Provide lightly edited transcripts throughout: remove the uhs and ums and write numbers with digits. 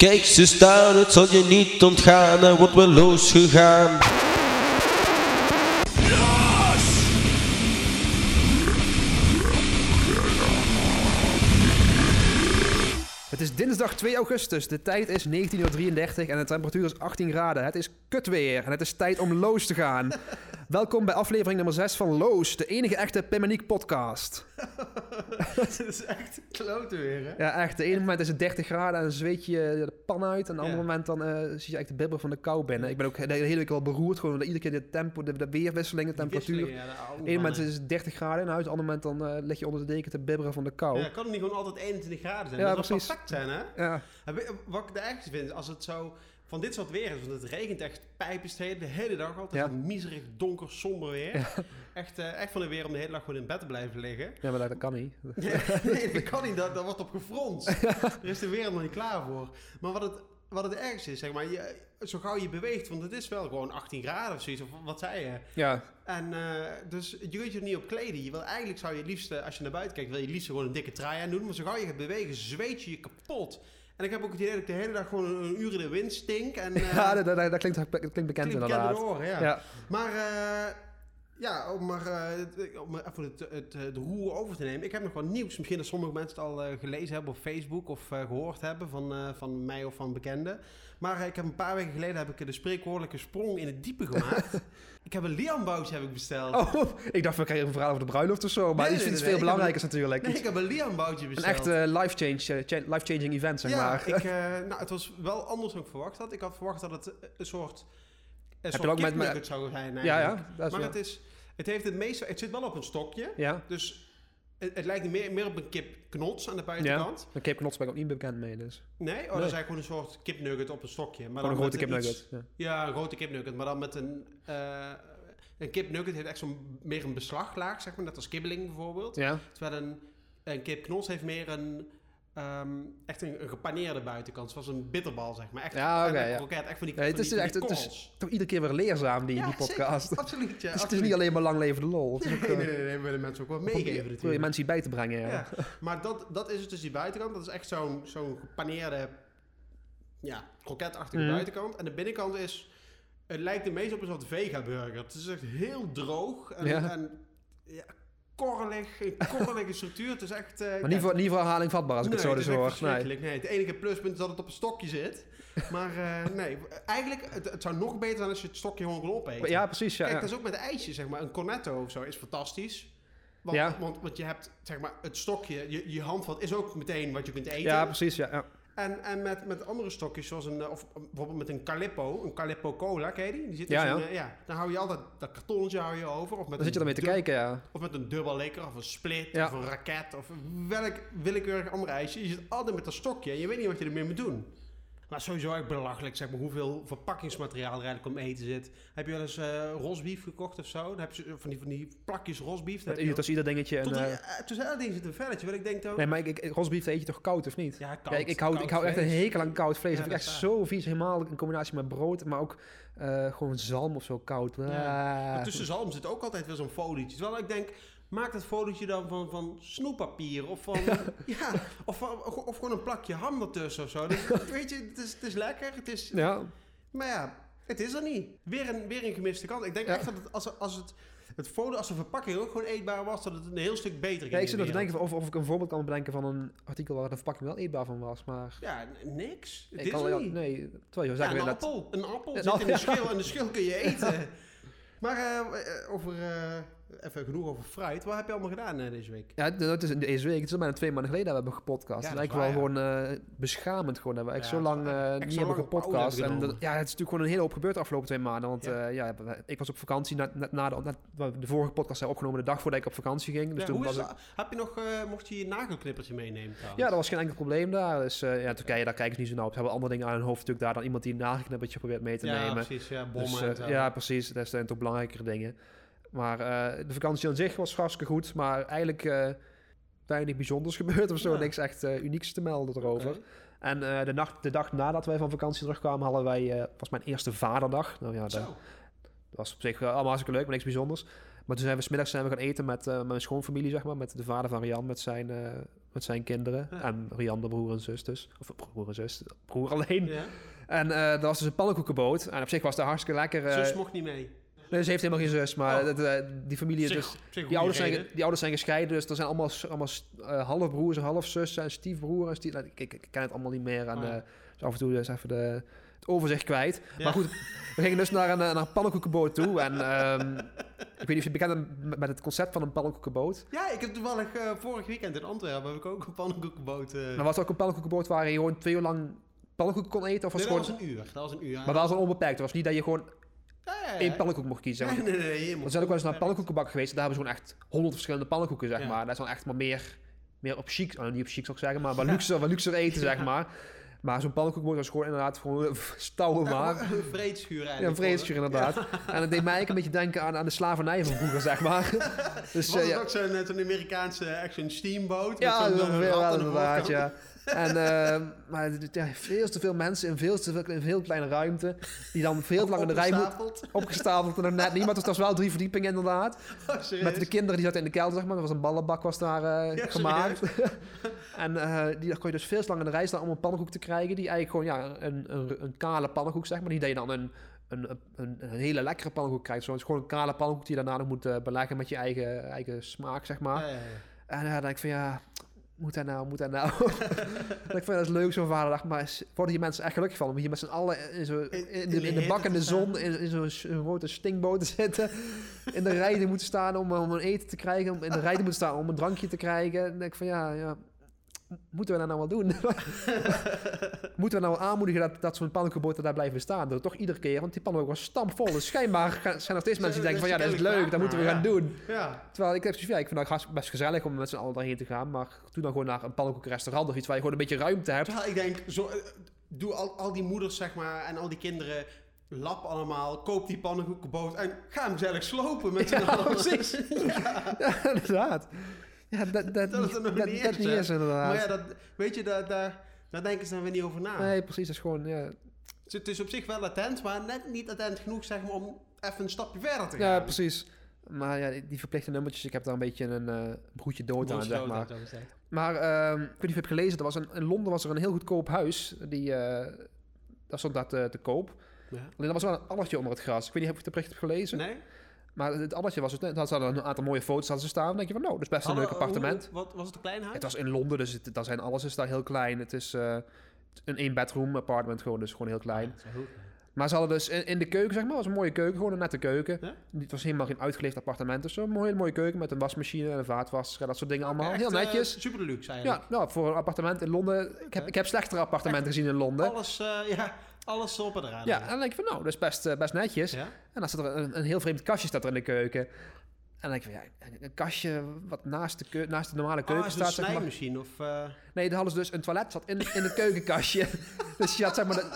Kijk, ze staan, het zal je niet ontgaan, er wordt wel losgegaan. Het is dinsdag 2 augustus, de tijd is 19:33 en de temperatuur is 18 graden. Het is kutweer en het is tijd om Loos te gaan. Welkom bij aflevering nummer 6 van Loos, de enige echte Pimeniek podcast. Het is echt klote weer, hè? Ja, echt. De ene moment is het 30 graden en dan zweet je de pan uit. En de andere moment dan zie je echt de bibber van de kou binnen. Ik ben ook de hele week al beroerd, gewoon iedere keer de tempo, de weerwisseling, de temperatuur. Ja, de ene moment is het 30 graden in huis, de andere moment dan lig je onder de deken te bibberen van de kou. Ja, kan het niet gewoon altijd 21 graden zijn? Ja, dat zou precies. perfect zijn, hè? Ja. Wat ik de ergste vind, als het zo van dit soort weer is, want het regent echt pijpensteden de hele dag al. Het is Ja. een miserig, donker, somber weer. Ja. Echt van een weer om de hele dag gewoon in bed te blijven liggen. Ja, maar dat kan niet. Nee, dat kan niet. Daar wordt op gefronst. Er is de wereld nog niet klaar voor. Maar wat het ergste is, zeg maar, zo gauw je beweegt, want het is wel gewoon 18 graden of zoiets, of wat zei je? Ja. En dus je kunt je er niet op kleden. Eigenlijk zou je liefst, als je naar buiten kijkt, wil je liefst gewoon een dikke trui aan doen. Maar zo gauw je gaat bewegen, zweet je kapot. En ik heb ook het idee dat ik de hele dag gewoon een uur in de wind stink. En, Ja, dat klinkt bekend inderdaad. in de oren, ja. Ja. Maar om even het roer over te nemen. Ik heb nog wat nieuws. Misschien dat sommige mensen het al gelezen hebben op Facebook of gehoord hebben van mij of van bekenden. Maar ik heb een paar weken geleden de spreekwoordelijke sprong in het diepe gemaakt. Ik heb een Liam-boutje besteld. Oh, ik dacht we kregen een verhaal over de bruiloft of zo. Maar iets veel belangrijkers natuurlijk. Nee, ik heb een Liam-boutje Een besteld. echt life-changing event, zeg maar. Het was wel anders dan ik verwacht had. Ik had verwacht dat het een soort kipnugget zou zijn. Ja, dat is maar wel. het zit wel op een stokje. Ja. Dus het lijkt meer op een kipknots aan de buitenkant. Een kipknots ben ik ook niet bekend mee, dus. Nee? Nee. Dat is eigenlijk gewoon een soort kipnugget op een stokje. Maar Gewoon een dan grote met kipnugget. iets- Ja, een grote kipnugget. Maar dan met een kipnugget heeft echt meer een beslaglaag, zeg maar. Net als kibbeling bijvoorbeeld. Ja. Terwijl een kipknots heeft meer echt een gepaneerde buitenkant. Zoals een bitterbal, zeg maar. Echt, Ja, oké, en een ja. kroket, echt van die, Nee, het van is die- echt van die het is korrels. toch iedere keer weer leerzaam, die Ja, podcast. zeker. Absoluut, ja. Het is niet alleen maar lang leven de lol. Het is ook, Nee, we willen mensen ook wel meegeven probeer je natuurlijk. mensen hierbij te brengen, ja. Ja. Maar dat is het dus die buitenkant. Dat is echt zo'n gepaneerde, kroketachtige buitenkant. En de binnenkant het lijkt het meest op een soort vega-burger. Het is echt heel droog en korrelige structuur. Het is echt... Maar niet voor herhaling vatbaar, als ik het zo dus hoor. Nee. Nee, het enige pluspunt is dat het op een stokje zit. Maar nee, eigenlijk, het zou nog beter zijn als je het stokje gewoon kon opeten. Ja, precies. Ja, Kijk, ja. dat is ook met ijsjes, zeg maar. Een cornetto of zo is fantastisch. Want je hebt, zeg maar, het stokje, je handvat is ook meteen wat je kunt eten. Ja, precies. Ja. En met andere stokjes, zoals of bijvoorbeeld met een Calippo Cola, ken je die? Die zit dan hou je altijd dat kartonnetje over. Of met Dan zit je ermee te kijken, ja. Of met een dubbel lekker, of een split, Ja. of een raket, of welk willekeurig ander ijsje. Je zit altijd met dat stokje en je weet niet wat je ermee moet doen. Maar sowieso echt belachelijk, zeg maar, hoeveel verpakkingsmateriaal er eigenlijk om eten zit. Heb je wel eens rosbief gekocht of zo? Dan heb je van die plakjes rosbief. Tussen ieder dingetje. Tussen elk ding zit een velletje, wat ik denk dan... Nee, maar rosbief eet je toch koud of niet? Ja, koud. Ja, ik hou echt een hekel aan koud vlees. Ja, Dat vind ik dat echt is zo vies. Helemaal in combinatie met brood, maar ook gewoon zalm of zo koud. Maar tussen zalm zit ook altijd weer zo'n folietje. Terwijl ik denk, maak dat folietje dan van snoeppapier of van... of gewoon een plakje ham ertussen of zo. Dus, weet je, het is lekker. Het is, Ja. Maar ja, het is er niet. Weer een gemiste kant. Ik denk echt dat als de verpakking ook gewoon eetbaar was, dat het een heel stuk beter ging. Ja, ik zit nog te denken of ik een voorbeeld kan bedenken van een artikel waar de verpakking wel eetbaar van was, maar... Ja, niks. Het Ik is kan er niet. Nee, terwijl je Ja, zeggen een dat... appel. Een appel Een zit in de appel, ja. schil en de schil kun je eten. Maar even genoeg over fruit. Wat heb je allemaal gedaan deze week? Ja, dat is deze week. Het is al bijna 2 maanden geleden dat we hebben gepodcast. Ja, Het dat is is eigenlijk wel waar, gewoon beschamend gewoon. Dat we echt Ja, zo lang echt niet zo hebben lang op pauze gepodcast. hebben En genomen. het is natuurlijk gewoon een hele hoop gebeurd de afgelopen 2 maanden. Want ik was op vakantie net de vorige podcast hebben opgenomen de dag voordat ik op vakantie ging. Dus Ja, toen hoe was is ik... dat? Heb je nog, mocht je je nagelknippertje meenemen trouwens? Ja, dat was geen enkel probleem daar. Dus Turkije, daar kijken ze niet zo naar op. Ze hebben andere dingen aan hun hoofd natuurlijk daar dan iemand die een nagelknippertje probeert mee te Ja, nemen. precies. Ja, Dus, bommen en zo. ja, precies. Dat zijn toch belangrijkere dingen. Maar de vakantie aan zich was hartstikke goed. Maar eigenlijk weinig bijzonders gebeurd of zo. Ja. Niks echt unieks te melden erover. Oké. En de dag nadat wij van vakantie terugkwamen, hadden wij... was mijn eerste vaderdag. Nou ja, Zo. dat was op zich allemaal hartstikke leuk, maar niks bijzonders. Maar toen zijn we 's middags gaan eten met mijn schoonfamilie, zeg maar. Met de vader van Rian, met zijn met zijn kinderen. Ja. En Rian, de broer en zus dus. Of broer en zus, broer alleen. Ja. En dat was dus een pannenkoekenboot. En op zich was dat hartstikke lekker. Zus mocht niet mee. Nee, ze heeft helemaal geen zus, maar die familie... Zeg, Dus, zeg die ouders zijn gescheiden, dus er zijn allemaal halfbroers en halfzussen en stiefbroer. En ik ken het allemaal niet meer. En dus af en toe is even het overzicht kwijt. Ja. Maar goed, we gingen dus naar een pannenkoekenboot toe. En ik weet niet of je bekend bent met het concept van een pannenkoekenboot. Ja, ik heb toevallig vorig weekend in Antwerpen heb ik ook een pannenkoekenboot. Maar was het ook een pannenkoekenboot waar je gewoon 2 uur lang pannenkoeken kon eten? Of was Nee, het dat gewoon... was een uur. Dat was een uur. Maar dat was al onbeperkt. Het was niet dat je gewoon Ja. één pannenkoek mocht kiezen. Nee. We zijn ook wel eens naar een pannenkoekenbak geweest. En daar hebben ze gewoon echt 100 verschillende pannenkoeken, zeg Ja. maar. Dat is dan echt maar meer op chic. Niet op chic zou ik zeggen, maar wat luxer eten, zeg maar. Maar zo'n pannenkoekenboot was gewoon inderdaad stouwen maar. Een vreedschuur Ja, eigenlijk. een vreesvuur inderdaad. En dat deed mij eigenlijk een beetje denken aan de slavernij van vroeger, zeg maar. Dus, Was het ja. ook zo'n Amerikaanse action steamboot? Ja, met dat zo'n is rat wel aan de inderdaad, voorkant? ja. En, maar ja, veel te veel mensen in een veel kleine ruimte. Die dan veel te lang in de rij moeten. Opgestapeld. Opgestapeld en nog net niet, maar het was wel 3 verdiepingen inderdaad. Oh, serieus? Met de kinderen die zaten in de kelder, zeg maar. Er was een ballenbak was daar gemaakt. En daar kon je dus veel te lang in de rij staan om een pannenkoek te krijgen. Die eigenlijk gewoon een kale pannenkoek, zeg maar. Niet dat je dan een hele lekkere pannenkoek krijgt. Het is gewoon een kale pannenkoek die je daarna nog moet beleggen met je eigen smaak, zeg maar. Ja. En dan denk ik van ja, moet dat nou? Ik vind dat is leuk zo'n vaderdag, maar worden hier mensen echt gelukkig van om hier met z'n allen in de bak in de zon in zo'n grote stinkboot te zitten, in de rij te moeten staan om een eten te krijgen, om in de rij te moeten staan om een drankje te krijgen. Dan denk ik van ja, moeten we dat nou wel doen? Moeten we nou aanmoedigen dat zo'n pannenkoekboot daar blijven staan? Dat toch iedere keer, want die pannenkoek was stampvol. Dus schijnbaar zijn er steeds mensen die denken van ja, dat is leuk, dat moeten we gaan doen. Ja. Terwijl ik vind het best gezellig om met z'n allen daarheen te gaan. Maar doe dan gewoon naar een pannenkoekrestaurant of iets waar je gewoon een beetje ruimte hebt. Terwijl ik denk, doe al die moeders zeg maar en al die kinderen, lap allemaal, koop die pannenkoekenboot en ga hem gezellig slopen met z'n allen. Precies. Ja, inderdaad. Ja, dat is er nog niet niet is inderdaad. Maar ja, weet je, daar denken ze dan weer niet over na. Nee, precies. Dat is gewoon, ja. Het is op zich wel attent, maar net niet attent genoeg zeg maar, om even een stapje verder te gaan. Ja, precies. Maar ja, die verplichte nummertjes, ik heb daar een beetje een broertje dood aan, zeg maar. Maar ik weet niet of je hebt gelezen, in Londen was er een heel goedkoop huis. Daar stond dat te koop. Ja. Alleen er was wel een allertje onder het gras. Ik weet niet of je het bericht hebt gelezen. Nee? Maar het allertje was het. Dat hadden een aantal mooie foto's hadden ze staan. Dan denk je van, nou, dat is best een leuk appartement. Wat was het een klein huis? Het was in Londen, dus alles is daar heel klein. Het is een 1-bedroom apartment gewoon, dus gewoon heel klein. Ja, dat is wel goed. Maar ze hadden dus in de keuken, zeg maar, was een mooie keuken, gewoon een nette keuken. Ja? Het was helemaal geen uitgeleefd appartement, dus een hele mooie keuken met een wasmachine en een vaatwasser, dat soort dingen allemaal. Echt, Heel netjes. Super luxe eigenlijk. Ja, nou, voor een appartement in Londen. Ik heb slechtere appartementen gezien in Londen. Alles op en eraan. Ja, en dan denk ik van, nou, dat is best netjes. Ja? En dan staat er een heel vreemd kastje staat er in de keuken. En dan denk ik van, ja, een kastje wat naast de normale keuken Zo'n staat, zeg maar. snijmachine of... Nee, daar hadden ze dus een toilet zat in het keukenkastje. Dus je had, zeg maar,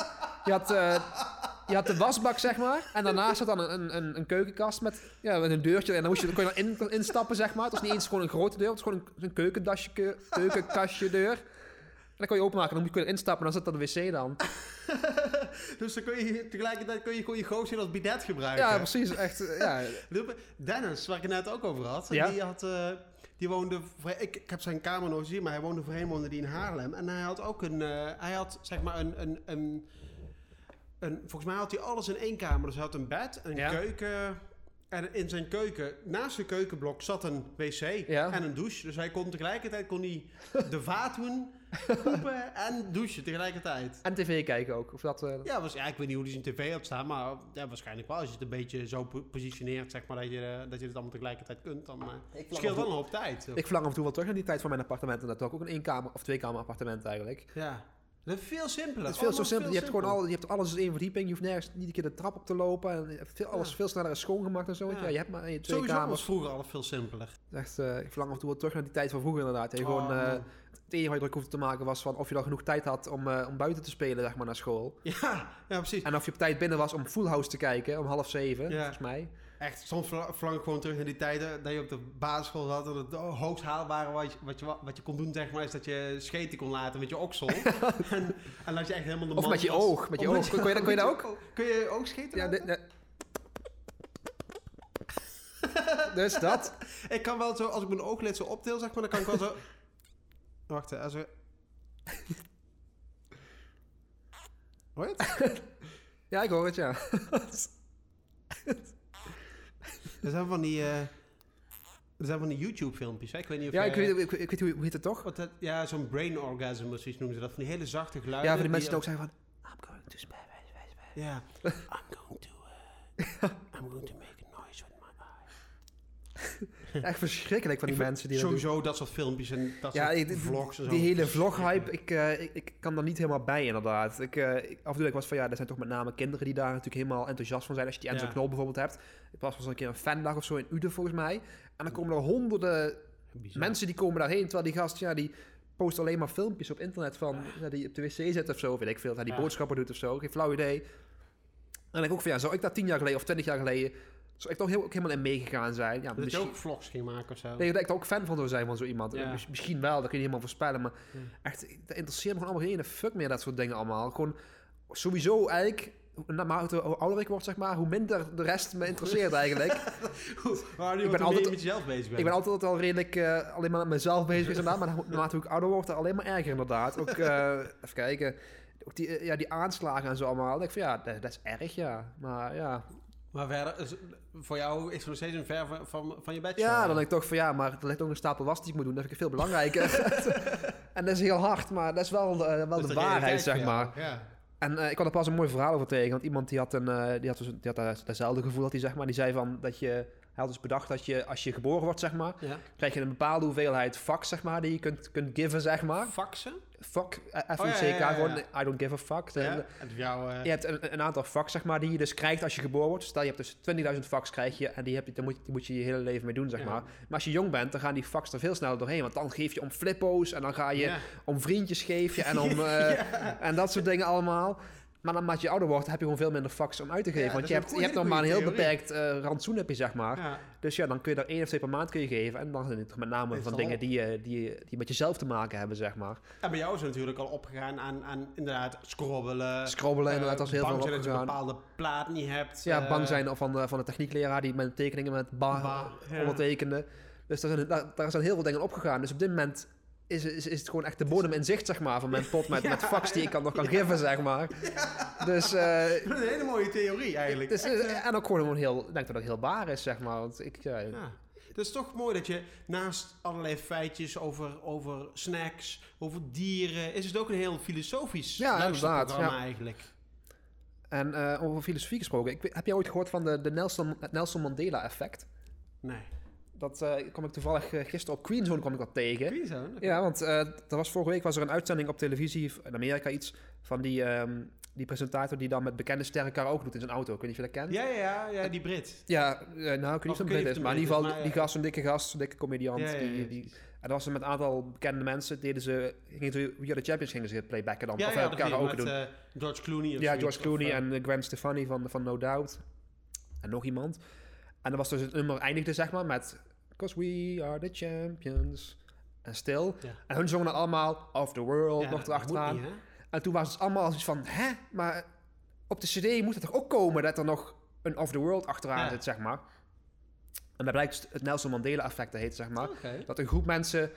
je had de wasbak, zeg maar. En daarnaast zat dan een keukenkast met een deurtje. En dan kon je dan instappen, zeg maar. Het was niet eens gewoon een grote deur. Het was gewoon een keukenkastje deur. En dan kon je openmaken. Dan kon je instappen en dan zat dat de wc dan. Dus dan kun je tegelijkertijd gewoon je gootje als bidet gebruiken. Ja, precies. Echt, ja. Dennis, waar ik het net ook over had. Ja? Die woonde... Ik heb zijn kamer nog gezien, maar hij voorheen woonde die in Haarlem. En hij had ook zeg maar volgens mij had hij alles in één kamer. Dus hij had een bed, een keuken. En in zijn keuken, naast zijn keukenblok, zat een wc en een douche. Dus hij kon tegelijkertijd de vaat doen, poepen en douchen tegelijkertijd. En tv kijken ook. Of dat, Ja, ik weet niet hoe die zijn tv had staan, maar ja, waarschijnlijk wel. Als je het een beetje zo positioneert, zeg maar, dat je het allemaal tegelijkertijd kunt, dan scheelt wel een hoop tijd. Ik verlang af en toe wel terug naar die tijd van mijn appartement. En dat ook een 1-kamer of 2-kamer appartement eigenlijk. Ja. Dat is veel simpeler. Het is veel zo simpel. Je hebt gewoon je hebt alles in één verdieping. Je hoeft nergens niet een keer de trap op te lopen. En alles veel sneller is schoongemaakt en zo. Ja, je hebt maar 2 Sowieso kamers. was vroeger alles veel simpeler. Echt, ik verlang af en toe wel terug naar die tijd van vroeger inderdaad. Het enige wat je druk hoefde te maken was van of je dan genoeg tijd had om buiten te spelen, zeg maar, naar school. Ja, precies. En of je op tijd binnen was om Full House te kijken, om 6:30, volgens mij. Echt, soms verlang ik gewoon terug naar die tijden dat je op de basisschool zat. En het hoogst haalbare wat je kon doen, zeg maar, is dat je scheten kon laten met je oksel. en dat je echt helemaal de man of met je was. oog. Met je oog. Kon je dat ook? Kun je ook scheten laten? Dus dat. Ik kan wel zo, als ik mijn ooglid zo optil, zeg maar, dan kan ik wel zo... Wacht, als we... Hoor je het? Ja, ik hoor het, ja. Er zijn van die YouTube-filmpjes, hè? Ik weet niet of Ja, jij- ik weet hoe heet het toch? Wat dat, ja, zo'n brain orgasm of zoiets noemen ze dat. Van die hele zachte geluiden. Ja, van die mensen die die ook zeggen van... I'm going to space. Ja. I'm going to make a noise with my eye. Echt verschrikkelijk van die mensen die dat doen. Sowieso dat soort filmpjes en dat Ja, soort vlogs en zo. die hele vloghype, ik kan er niet helemaal bij inderdaad. Af en toe was van ja, er zijn toch met name kinderen die daar natuurlijk helemaal enthousiast van zijn. Als je die Enzo Ja. Knol bijvoorbeeld hebt. Ik was een keer een fandag of zo in Uden volgens mij. En dan komen er honderden Bizar. mensen die komen daarheen. Terwijl die gast, ja, die post alleen maar filmpjes op internet van die op de wc zit of zo. Weet ik veel, dat hij die boodschappen doet of zo. Geen flauw idee. En dan denk ik ook van ja, zou ik dat 10 jaar geleden of 20 jaar geleden... Zou ik toch ook helemaal in meegegaan zijn? Ja, Dat je misschien... ook vlogs ging maken of zo. Nee, dat ik er ook fan van zou zijn van zo iemand. Ja. Misschien wel, dat kun je niet helemaal voorspellen. Maar echt, dat interesseert me gewoon allemaal geen fuck meer, dat soort dingen allemaal. Gewoon sowieso eigenlijk, naarmate hoe ouder ik word, zeg maar, hoe minder de rest me interesseert eigenlijk. Waar Ik ben altijd- met jezelf bezig bent. Ik ben altijd al redelijk alleen maar met mezelf bezig inderdaad. Maar naarmate hoe ik ouder word, alleen maar erger inderdaad. Ook, even kijken, ook die aanslagen en zo allemaal. Dan denk ik van ja, dat is erg, ja. Maar ja... Maar verder, voor jou is er nog steeds een ver van je bed. Ja, dan denk ik toch van ja, maar er ligt ook een stapel was die ik moet doen. Dat vind ik veel belangrijker. En dat is heel hard, maar dat is wel de waarheid, zeg maar. Ja. En ik kwam er pas een mooi verhaal over tegen. Want iemand die had datzelfde gevoel dat hij, zeg maar. Die zei van dat hij had dus bedacht dat je als je geboren wordt, zeg maar, Ja. krijg je een bepaalde hoeveelheid fucks, zeg maar, die je kunt given, zeg maar. Faxen? Fuck, F-U-C-K, Oh, ja. gewoon I don't give a fuck. Ja. En voor jou... Je hebt een aantal fucks, zeg maar, die je dus krijgt als je geboren wordt. Stel, je hebt dus 20.000 fucks krijg je en die moet je je hele leven mee doen, zeg Ja. maar. Maar als je jong bent, dan gaan die fucks er veel sneller doorheen. Want dan geef je om flippo's en dan ga je om vriendjes geef je en om en dat soort dingen allemaal. Maar dan als je ouder wordt, heb je gewoon veel minder fucks om uit te geven. Ja, want dat je is hebt, een je hebt nog maar een heel goede theorie. beperkt rantsoen, heb je, zeg maar. Ja. Dus ja, dan kun je er 1 of 2 per maand kun je geven. En dan zijn het met name Is van het dingen al? die met jezelf te maken hebben, zeg maar. En bij jou is het natuurlijk al opgegaan aan inderdaad scrobbelen. Scrobbelen, inderdaad, als heel veel bang zijn dat je een opgegaan. bepaalde plaat niet hebt. Ja, bang zijn van de techniekleraar die met tekeningen met ja. ondertekende. Dus daar zijn heel veel dingen opgegaan. Dus op dit moment is het gewoon echt de bodem in zicht, zeg maar, van mijn pot met fax die ik nog kan geven, zeg maar. Dus, Dat is een hele mooie theorie eigenlijk. dus en ook gewoon ik denk dat het heel waar is, zeg maar. Want Ja. Het is toch mooi dat je naast allerlei feitjes over snacks, over dieren, is het ook een heel filosofisch luisterprogramma eigenlijk. En over filosofie gesproken, heb jij ooit gehoord van het Nelson Mandela effect? Nee. Dat kwam ik toevallig gisteren op Queenzone kwam ik dat tegen. Queenzone? Oké. Ja, want vorige week was er een uitzending op televisie in Amerika iets van die presentator die dan met bekende sterren karaoke doet in zijn auto. Ik weet niet of je dat kent. Ja, die Brit. Ja, nou, ik weet niet of het een Brit is, maar in ieder geval die gast, zo'n dikke comediant. Ja, en dat was er met een aantal bekende mensen, gingen ze We Are The Champions gingen ze playbacken dan, Ja, of dat karaoke met doen. George Clooney. Of Ja, zoiets. George Clooney Of, en Gwen Stefani van No Doubt. En nog iemand. En dan was dus het nummer eindigde, zeg maar, met 'Cause we are the champions. En stil. Ja. En hun zongen dan allemaal Of the World ja, nog dat erachteraan. moet niet, hè? En toen was het allemaal zoiets van, hè? Maar op de cd moet het toch ook komen dat er nog een Of the World achteraan zit, zeg maar. En dat blijkt dus het Nelson Mandela effect te heet, zeg maar. Okay. Dat een groep mensen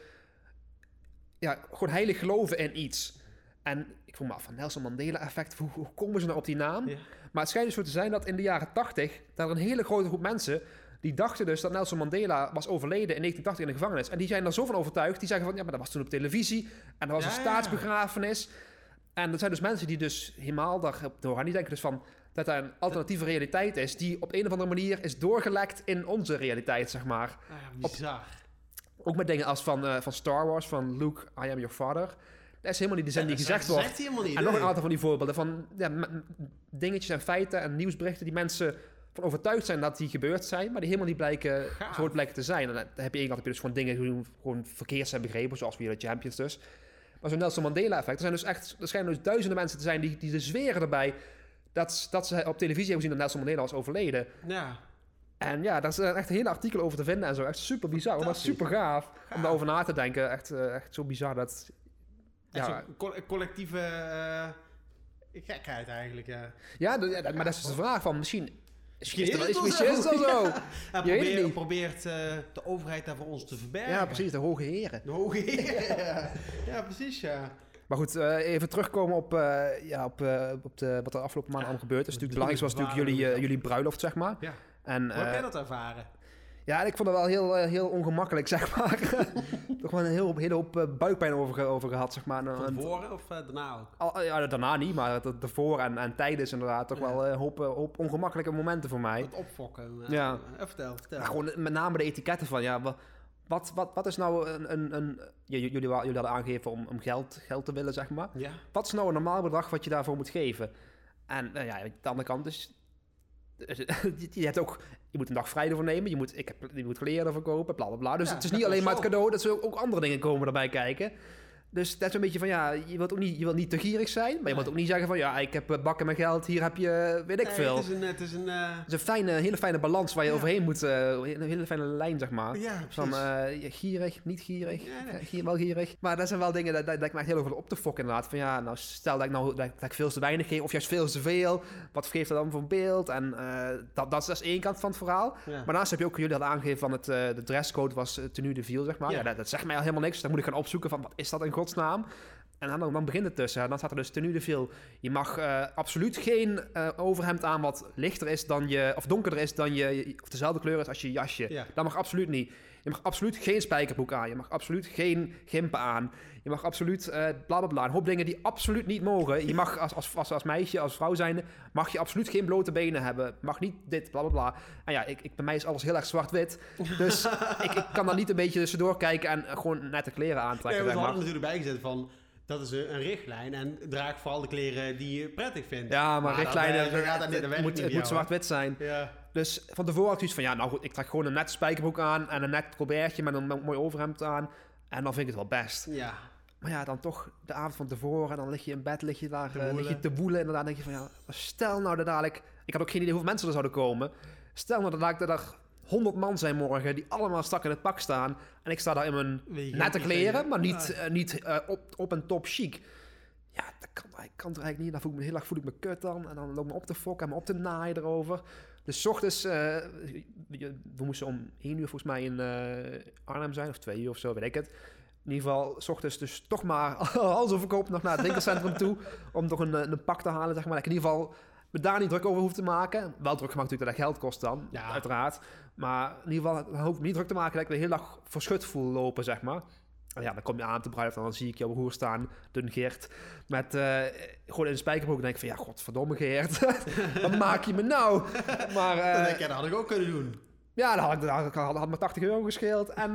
gewoon heilig geloven in iets. En ik vroeg me af van Nelson Mandela effect, hoe komen ze nou op die naam? Ja. Maar het schijnt dus zo te zijn dat in de jaren 80, dat er een hele grote groep mensen die dachten dus dat Nelson Mandela was overleden in 1980 in de gevangenis. En die zijn er zo van overtuigd, die zeggen van, ja, maar dat was toen op televisie. En dat was een staatsbegrafenis. En er zijn dus mensen die dus helemaal daardoor gaan. Die denken dus van, dat er een alternatieve realiteit is, die op een of andere manier is doorgelekt in onze realiteit, zeg maar. Ja, bizar. Ook met dingen als van Star Wars, van Luke, I am your father. Dat is helemaal niet de zin die gezegd wordt. Dat zegt hij helemaal niet. En nog een aantal van die voorbeelden van dingetjes en feiten en nieuwsberichten die mensen van overtuigd zijn dat die gebeurd zijn, maar die helemaal niet zo blijken te zijn. En dan heb je één kant heb je dus gewoon dingen die gewoon verkeerd zijn begrepen, zoals We Are The Champions dus. Maar zo'n Nelson Mandela effect, er schijnen dus duizenden mensen te zijn die dus zweren erbij dat ze op televisie hebben gezien dat Nelson Mandela was overleden. Ja. En ja, daar is echt een hele artikel over te vinden en zo. Echt super bizar, maar super gaaf om daarover na te denken. Echt zo bizar dat... Ja, collectieve gekheid eigenlijk, ja. Ja, maar dat is dus de vraag van misschien... Misschien is het wel zo. En Je weet het niet. probeert de overheid daar voor ons te verbergen. Ja, precies, de hoge heren. De hoge heren, ja, precies, ja. Maar goed, even terugkomen op wat er afgelopen maand allemaal gebeurd is. Het belangrijkste was natuurlijk jullie bruiloft, zeg maar. Ja. En, Hoe heb jij dat ervaren? Ja, ik vond het wel heel ongemakkelijk, zeg maar. Toch wel een hele hoop buikpijn over gehad, zeg maar. Van tevoren of daarna ook? Ja, daarna niet, maar daarvoor en tijdens inderdaad toch wel een hoop ongemakkelijke momenten voor mij. Het opfokken. Ja. Vertel. Ja, gewoon met name de etiketten van, ja, wat is nou jullie hadden aangegeven om geld te willen, zeg maar. Ja. Wat is nou een normaal bedrag wat je daarvoor moet geven? En ja, aan de andere kant is... Je moet een dag vrij ervoor nemen. Je moet kleren ervoor kopen, bla bla bla. Dus Ja, het is niet alleen maar het cadeau, dat er ook andere dingen komen erbij kijken. Dus dat is een beetje van, ja, je wilt niet te gierig zijn, maar je moet ook niet zeggen van, ja, ik heb bakken met geld, hier heb je, weet ik veel. Het is een hele fijne balans waar je overheen moet, een hele fijne lijn, zeg maar. Ja, precies. Van gierig, niet gierig, Ja, nee. wel gierig. Maar dat zijn wel dingen dat ik me echt heel over op te fokken inderdaad. Van ja, nou stel dat ik veel te weinig geef, of juist veel te veel. Wat geeft dat dan voor een beeld? En dat is één kant van het verhaal. Ja. Maar daarnaast heb je ook, jullie hadden aangegeven van de dresscode was tenue de ville, zeg maar. Ja. Ja, dat zegt mij al helemaal niks. Dan moet ik gaan opzoeken van, wat is dat in godsnaam? En dan begint het tussen. Dan staat er dus tenue de ville. Je mag absoluut geen overhemd aan wat lichter is dan of donkerder is dan of dezelfde kleur is als je jasje. Ja. Dat mag absoluut niet. Je mag absoluut geen spijkerbroek aan. Je mag absoluut geen gimpen aan. Je mag absoluut bla bla bla. Een hoop dingen die absoluut niet mogen. Je mag als meisje, als vrouw zijnde, mag je absoluut geen blote benen hebben. Mag niet dit, bla bla bla. En ja, bij mij is alles heel erg zwart-wit. Dus ik kan daar niet een beetje tussendoor kijken en gewoon nette kleren aantrekken. We zeg hadden maar. natuurlijk bijgezet van... Dat is een richtlijn en draag vooral de kleren die je prettig vindt. Ja, maar richtlijnen, het moet zwart-wit zijn. Ja. Dus van tevoren had ik zoiets van, ja, nou goed, ik trek gewoon een net spijkerbroek aan en een net colbertje met een mooi overhemd aan. En dan vind ik het wel best. Ja. Maar ja, dan toch de avond van tevoren en dan lig je in bed, lig je te woelen. En dan denk je van, ja, stel nou dat dadelijk... Ik had ook geen idee hoeveel mensen er zouden komen. Stel nou dat dadelijk er 100 man zijn morgen die allemaal strak in het pak staan. En ik sta daar in mijn nette kleren, maar niet op en top chic. Ja, dat kan toch eigenlijk niet. Dan voel ik me kut dan. En dan loop ik me op te fokken en me op te naaien erover. Dus 's ochtends, we moesten om 1 uur volgens mij in Arnhem zijn. Of 2 uur of zo, weet ik het. In ieder geval, 's ochtends dus toch maar alles overkoop nog naar het winkelcentrum toe. Om toch een pak te halen, zeg maar. Dat ik in ieder geval me daar niet druk over hoef te maken. Wel druk gemaakt natuurlijk dat geld kost dan, Ja. uiteraard. Maar in ieder geval hoef ik me niet druk te maken dat ik de hele dag verschut voel lopen, zeg maar. En ja, dan kom je aan op de bruiloft en dan zie ik jouw broer staan, dun Geert, met gewoon in een spijkerbroek. En denk ik van, ja, godverdomme Geert, wat maak je me nou? Maar dat had ik ook kunnen doen. ja, dan had me 80 euro gescheeld en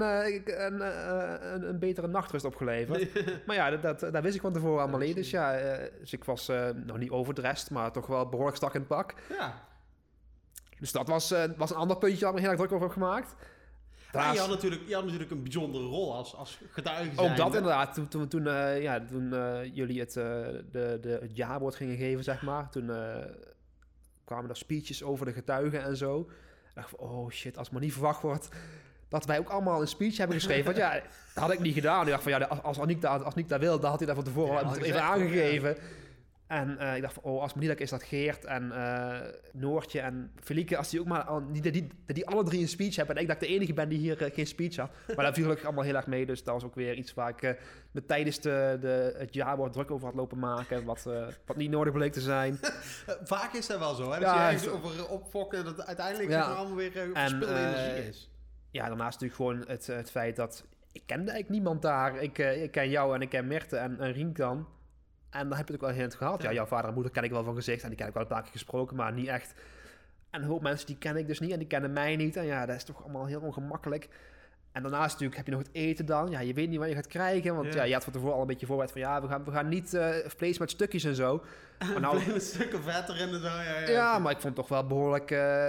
een betere nachtrust opgeleverd. Maar ja, dat wist ik van tevoren allemaal niet. Dus ja, dus ik was nog niet overdressed, maar toch wel behoorlijk stak in het pak. Ja. Dus dat was een ander puntje waar ik me heel erg druk over heb gemaakt. En je had natuurlijk een bijzondere rol als getuige Ook zijnde. dat inderdaad. Toen jullie het ja-woord gingen geven, zeg maar. Toen kwamen er speeches over de getuigen en zo. Ik dacht van, oh shit, als het maar niet verwacht wordt dat wij ook allemaal een speech hebben geschreven. Want ja, dat had ik niet gedaan. Ik dacht van, ja, als Nick dat wil, dan had hij dat van tevoren al even aangegeven. Ja. En ik dacht van, oh, als het niet is dat Geert en Noortje en Felieke, als die ook maar die alle drie een speech hebben. En ik dat ik de enige ben die hier geen speech had. Maar daar viel gelukkig allemaal heel erg mee. Dus dat was ook weer iets waar ik me tijdens het jaarwoord druk over had lopen maken. Wat niet nodig bleek te zijn. Vaak is dat wel zo, hè? Dat Ja, je ergens over opfokken dat uiteindelijk allemaal weer verspilde energie is. Ja, daarnaast natuurlijk gewoon het feit dat ik kende eigenlijk niemand daar. Ik ken jou en ik ken Mirte en Rienk dan. En dan heb je het ook wel heel het gehad. Ja, jouw vader en moeder ken ik wel van gezicht. En die ken ik wel een paar keer gesproken, maar niet echt. En een hoop mensen die ken ik dus niet. En die kennen mij niet. En ja, dat is toch allemaal heel ongemakkelijk. En daarnaast natuurlijk heb je nog het eten dan. Ja, je weet niet wat je gaat krijgen. Want ja, je had van tevoren al een beetje voorbereid van... Ja, we gaan niet vlees met stukjes en zo. Maar nou, met stukken vet erin en zo. Ja, maar ik vond het toch wel behoorlijk...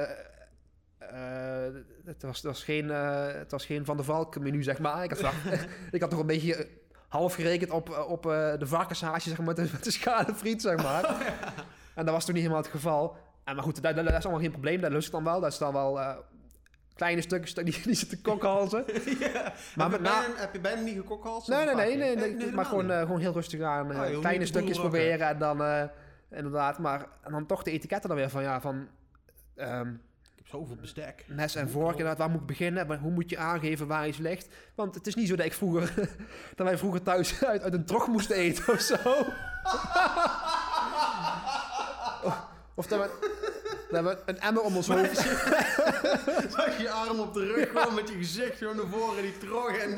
het was geen Van der Valk menu, zeg maar. Ik had toch een beetje... half gerekend op de varkenshaasje, zeg maar, met de schalenfriet, zeg maar. Oh, ja. En dat was toen niet helemaal het geval. Maar goed, dat is allemaal geen probleem. Dat lust ik dan wel. Dat is dan wel kleine stukjes die zitten kokhalzen. Ja. Maar heb je bijna niet gekokhalzen? Nee. Maar gewoon heel rustig aan. Kleine stukjes proberen en dan... inderdaad, maar en dan toch de etiketten dan weer van Ik heb zoveel bestek. Mes en vork, inderdaad, waar moet ik beginnen? Hoe moet je aangeven waar iets ligt? Want het is niet zo dat dat wij vroeger thuis uit een trog moesten eten of zo. Of dat we een emmer om ons hoofd... Zag je arm op de rug, gewoon met je gezicht zo naar voren in die trog en...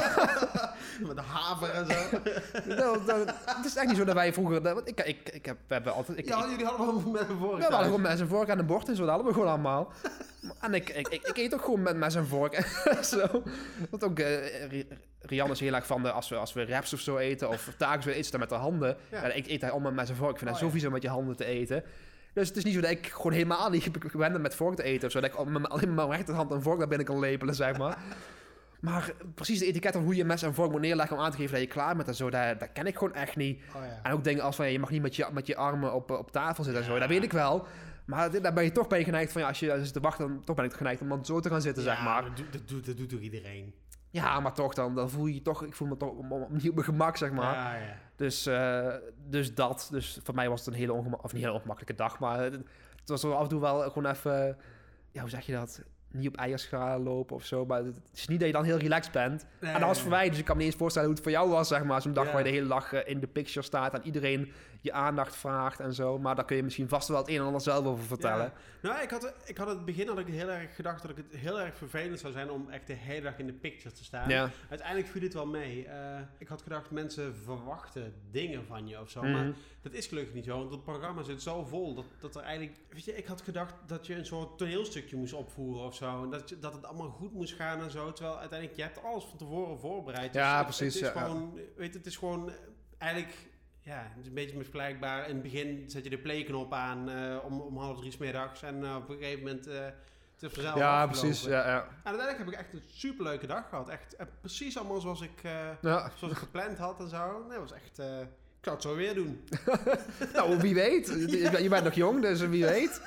met de haver en zo. Het is echt niet zo dat wij vroeger... We hebben altijd... Jullie hadden wel mes en vork. We hadden gewoon mes en vork aan een bord en zo, dat hadden we gewoon allemaal. En ik eet ook gewoon met mes en vork. Zo. Want ook Rianne is heel erg van als we wraps of zo eten of tacos, we eten dan met de handen. Ja. Ja, ik eet daar allemaal met mes en vork. Ik vind dat zo vies om met je handen te eten. Dus het is niet zo dat ik gewoon helemaal niet gewend ben met vork te eten of zo. Dat ik alleen met mijn rechterhand een vork naar binnen kan lepelen, zeg maar. Maar precies de etiket van hoe je mes en vork moet neerleggen om aan te geven dat je klaar bent en zo, dat ken ik gewoon echt niet. Oh, ja. En ook dingen als van, je mag niet met je armen op tafel zitten en zo, dat weet ik wel. Maar daar ben je toch bij geneigd van, als je zit te wachten, dan toch ben ik geneigd om dan zo te gaan zitten, zeg maar. Dat doet toch iedereen? Ja, maar toch dan voel je toch, ik voel me toch niet op mijn gemak, zeg maar. Ja, ja. Dus dat. Dus voor mij was het een hele niet heel ongemakkelijke dag, maar het was af en toe wel gewoon even, ja, hoe zeg je dat? Niet op eiers gaan lopen of zo, maar het is niet dat je dan heel relaxed bent. Nee, en dat was voor mij, dus ik kan me niet eens voorstellen hoe het voor jou was, zeg maar. Zo'n dag Ja. waar je de hele dag in de picture staat en iedereen je aandacht vraagt en zo. Maar daar kun je misschien vast wel het een en ander zelf over vertellen. Ja. Nou, ik had het begin heel erg gedacht dat ik het heel erg vervelend zou zijn om echt de hele dag in de picture te staan. Ja. Uiteindelijk viel het wel mee. Ik had gedacht, mensen verwachten dingen van je of zo. Mhm. Maar dat is gelukkig niet zo, want het programma zit zo vol dat er eigenlijk... Weet je, ik had gedacht dat je een soort toneelstukje moest opvoeren of zo. En dat het allemaal goed moest gaan en zo. Terwijl uiteindelijk, je hebt alles van tevoren voorbereid. Ja, Dus precies, Het is ja. gewoon, weet je, het is gewoon eigenlijk... Ja, het is een beetje vergelijkbaar. In het begin zet je de playknop aan om 2:30 's middags. En op een gegeven moment het is vanzelf Ja, afgelopen. precies. Ja. En uiteindelijk heb ik echt een superleuke dag gehad. Echt precies allemaal zoals ik gepland had en zo. Nee, het was echt... ik zou het zo weer doen. Nou, wie weet. Je bent nog jong, dus wie weet.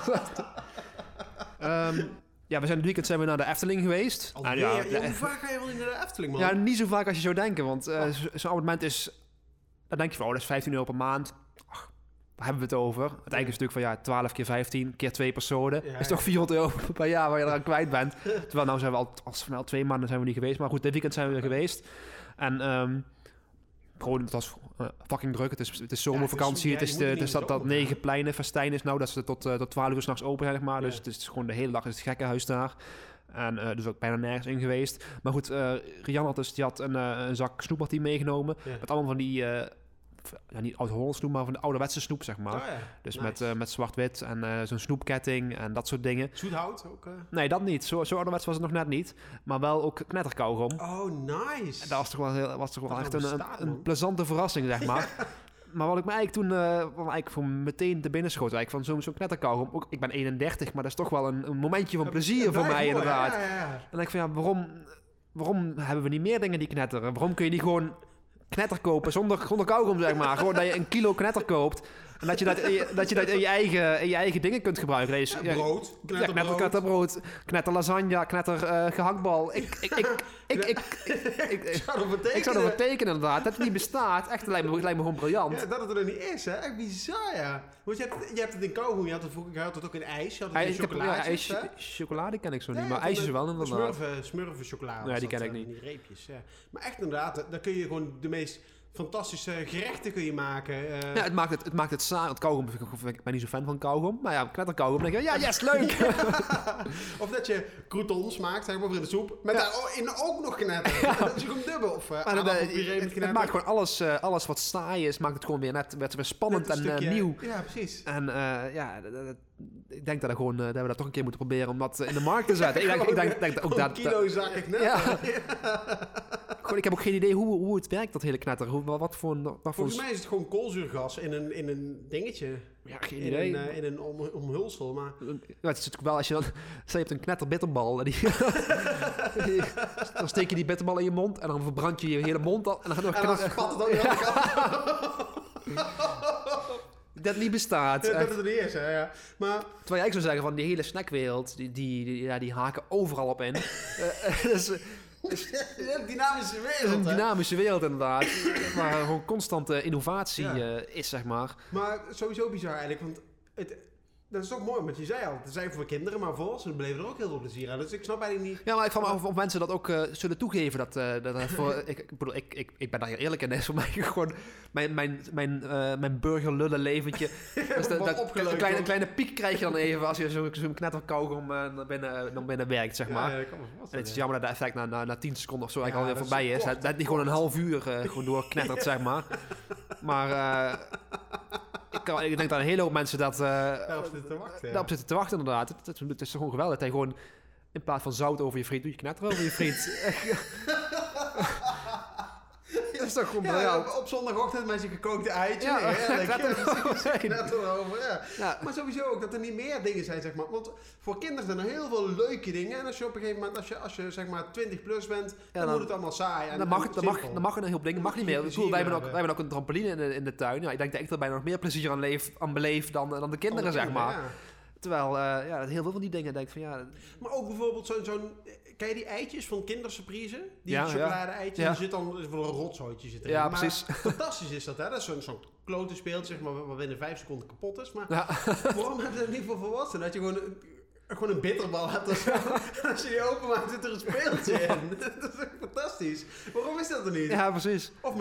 Ja, we zijn dit weekend naar de Efteling geweest. Alweer? Ja, Hoe vaak ga je wel in de Efteling, man? ja, niet zo vaak als je zou denken, want zo'n abonnement is... Dan denk je van, dat is €15 per maand. Ach, waar hebben we het over? Uiteindelijk is het natuurlijk van, 12 keer 15 keer 2 personen. Ja, Dat is toch €400 per jaar waar je eraan kwijt bent. Terwijl nou zijn we al 2 maanden zijn we niet geweest. Maar goed, dit weekend zijn we er geweest. En gewoon, het was fucking druk. Het is zomervakantie. Ja, het is, je moet dus niet in de dat zomer 9 pleinen festijn is nou. Dat ze tot 12 uur 's nachts open zijn, zeg maar. Ja. Dus het is gewoon de hele dag is het gekkenhuis daar. En dus ook bijna nergens in geweest. Maar goed, Rianne had een zak snoep meegenomen. Ja. Met allemaal van die... niet oud-Hollands snoep, maar van de ouderwetse snoep, zeg maar. Oh, ja. Dus Nice. met zwart-wit en zo'n snoepketting en dat soort dingen. Zoethout ook. Nee, dat niet. Zo ouderwets was het nog net niet. Maar wel ook knetterkauwgom. Oh, nice. En dat was toch wel echt bestaat, een man. plezante verrassing, zeg maar. Maar wat ik me eigenlijk toen voor meteen te binnen schoot, eigenlijk van zo'n knetterkauwgom. Ook, ik ben 31, maar dat is toch wel een momentje van plezier voor mij, inderdaad. Ja. En dan denk ik van, ja, waarom hebben we niet meer dingen die knetteren? Waarom kun je niet gewoon knetter kopen zonder kauwgom, zeg maar? Gewoon dat je een kilo knetter koopt en dat je dat in je eigen dingen kunt gebruiken. Dat is, Brood. knetterbrood, knetterlasagne, gehaktbal. Ik zou ervoor tekenen. Ik zou ervoor tekenen, inderdaad. Dat het niet bestaat, echt, lijkt me gewoon briljant. Ja, dat het er nog niet is, hè? Echt bizar, ja. Want je hebt het in kauwgom, je had het ook in ijs, je had het in chocolaatjes, hè? Chocolade ken ik zo niet, Ja, maar van ijsjes de wel inderdaad. Smurfen chocolade. Ja, was die dat, ken ik niet. Die reepjes, ja. Maar echt inderdaad, daar kun je gewoon de meest fantastische gerechten kun je maken. Ja, het maakt het saai. Want kauwgom, ik ben niet zo fan van kauwgom. Maar ja, knetterkauwgom, denk ik, ja, yes, leuk. Of dat je croutons maakt, zeg maar, voor in de soep. Met daarin ook nog knetter. Dat is gewoon dubbel. Of Het maakt gewoon alles wat saai is, maakt het gewoon weer net weer spannend en nieuw. Ja, precies. En ik denk dat we dat toch een keer moeten proberen om dat in de markt te zetten. ik denk ook dat... Een kilo zak ik net. Ja. Gewoon, ik heb ook geen idee hoe het werkt, dat hele knetter. Wat voor Volgens mij is het gewoon koolzuurgas in een dingetje. Ja, geen idee. In een omhulsel, maar... Ja, het is natuurlijk wel, als je dan... Stel, je hebt een knetterbitterbal. En dan steek je die bitterbal in je mond en dan verbrand je je hele mond al. En dan spat het ook de andere dat niet bestaat. dat het er niet is, hè, ja. Maar... Terwijl ik zou zeggen van die hele snackwereld, die haken overal op in. Dus, een dynamische wereld, het is een dynamische wereld inderdaad. Waar gewoon constante innovatie Ja. is, zeg maar. Maar sowieso bizar eigenlijk, want Dat is toch mooi, want je zei al, het zijn voor kinderen, maar volwassenen beleven er ook heel veel plezier aan. Dus ik snap eigenlijk niet... Ja, maar ik vraag me af of mensen dat ook zullen toegeven. Dat voor, ik bedoel, ik ben daar heel eerlijk in. Dat is voor mij gewoon mijn burgerlullen leventje. Dus een kleine piek krijg je dan even als je zo'n knetterkauwgom dan binnen werkt, zeg maar. Ja, kan me en het is jammer dat dat effect na 10 seconden of zo eigenlijk alweer voorbij is. Dat niet gewoon een half uur gewoon doorknettert, zeg maar. Maar... Ik denk dat een hele hoop mensen daarop zitten te wachten, inderdaad. Het is gewoon geweldig dat hij gewoon in plaats van zout over je friet, doe je knetter over je friet. Dat is toch gewoon briljant. Op zondagochtend met je gekookte eitje. Ja, knetter erover. Ja. Maar sowieso ook dat er niet meer dingen zijn, zeg maar. Want voor kinderen zijn er heel veel leuke dingen. En als je op een gegeven moment, als je zeg maar 20 plus bent, dan moet het allemaal saai. En dan mag er een heel dingen, mag niet meer. Wij hebben ook een trampoline in de tuin. Ja, ik denk dat ik er bijna nog meer plezier aan beleef dan de kinderen, zeg maar. Ja. Terwijl, heel veel van die dingen denk ik van ja... Maar ook bijvoorbeeld zo'n ken je die eitjes van Kindersurprise? Die chocolade-eitjes, die zit dan voor een rotzooitje zitten. Ja, precies. Fantastisch is dat, hè? Dat is zo'n klote speelt, zeg maar, wat binnen 5 seconden kapot is. Maar waarom hebben ze dat niet voor volwassenen? Dat je gewoon een bitterbal hebt of zo. En als je die openmaakt, zit er een speeltje in. Dat is echt fantastisch. Waarom is dat er niet? Ja, precies. Of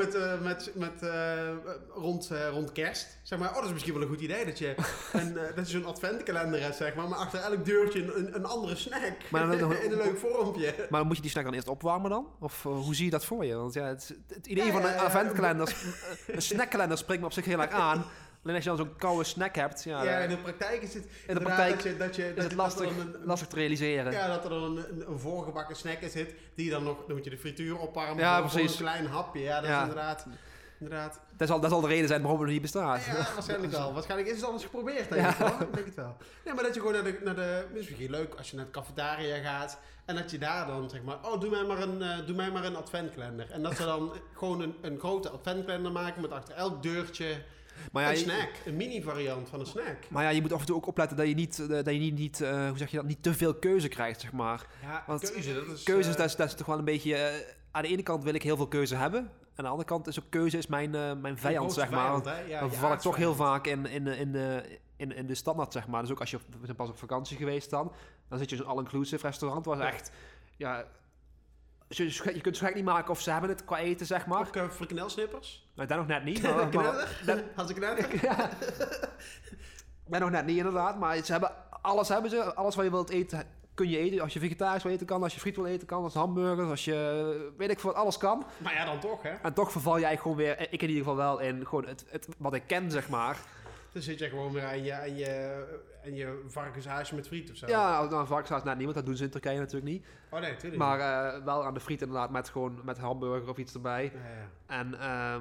rond kerst. Zeg maar, dat is misschien wel een goed idee dat je zo'n adventkalender hebt, zeg maar achter elk deurtje een andere snack. Maar in een leuk vormpje. Maar moet je die snack dan eerst opwarmen dan? Of hoe zie je dat voor je? Want ja, het idee van een adventkalender, een snackkalender springt me op zich heel erg aan. Alleen als je dan zo'n koude snack hebt... Ja, in de praktijk is het... In de praktijk is het lastig te realiseren. Ja, dat er dan een voorgebakken snack in zit... die dan moet je de frituur opwarmen voor een klein hapje. Ja, dat is inderdaad... Dat zal de reden zijn waarom het niet bestaat. Ja, waarschijnlijk wel. Waarschijnlijk is het al eens geprobeerd, denk ik wel. Ik denk het wel. Nee, maar dat je gewoon naar de... Het is misschien leuk als je naar de cafetaria gaat... en dat je daar dan zeg maar... doe mij maar een adventkalender. En dat ze dan gewoon een grote adventkalender maken... met achter elk deurtje... Maar een snack, een mini-variant van een snack. Maar ja, je moet af en toe ook opletten dat je niet hoe zeg je dat, niet te veel keuze krijgt, zeg maar. Ja, want keuzes, dat is toch wel een beetje... aan de ene kant wil ik heel veel keuze hebben. Aan de andere kant is ook keuze mijn vijand, zeg maar. Dan val ik toch heel vaak in de standaard, zeg maar. Dus ook als je pas op vakantie geweest dan zit je in zo'n all-inclusive restaurant, waar echt... Ja, je kunt het gek niet maken of ze hebben het qua eten, zeg maar. Ook frikandelsnippers? Nou, dat nog net niet. Had ze knetter? Ja. Dat nog net niet, inderdaad. Maar alles hebben ze. Alles wat je wilt eten, kun je eten. Als je vegetarisch wil eten kan, als je friet wil eten kan, als hamburgers, als je... Weet ik veel, alles kan. Maar ja, dan toch, hè? En toch verval jij gewoon weer, ik in ieder geval wel, in gewoon het wat ik ken, zeg maar. Dan zit je gewoon weer aan je varkenshaasje met friet of zo. Ja, nou, varkenshaas net niet, want dat doen ze in Turkije natuurlijk niet. Oh nee, natuurlijk maar wel aan de friet inderdaad, met hamburger of iets erbij. Ja. En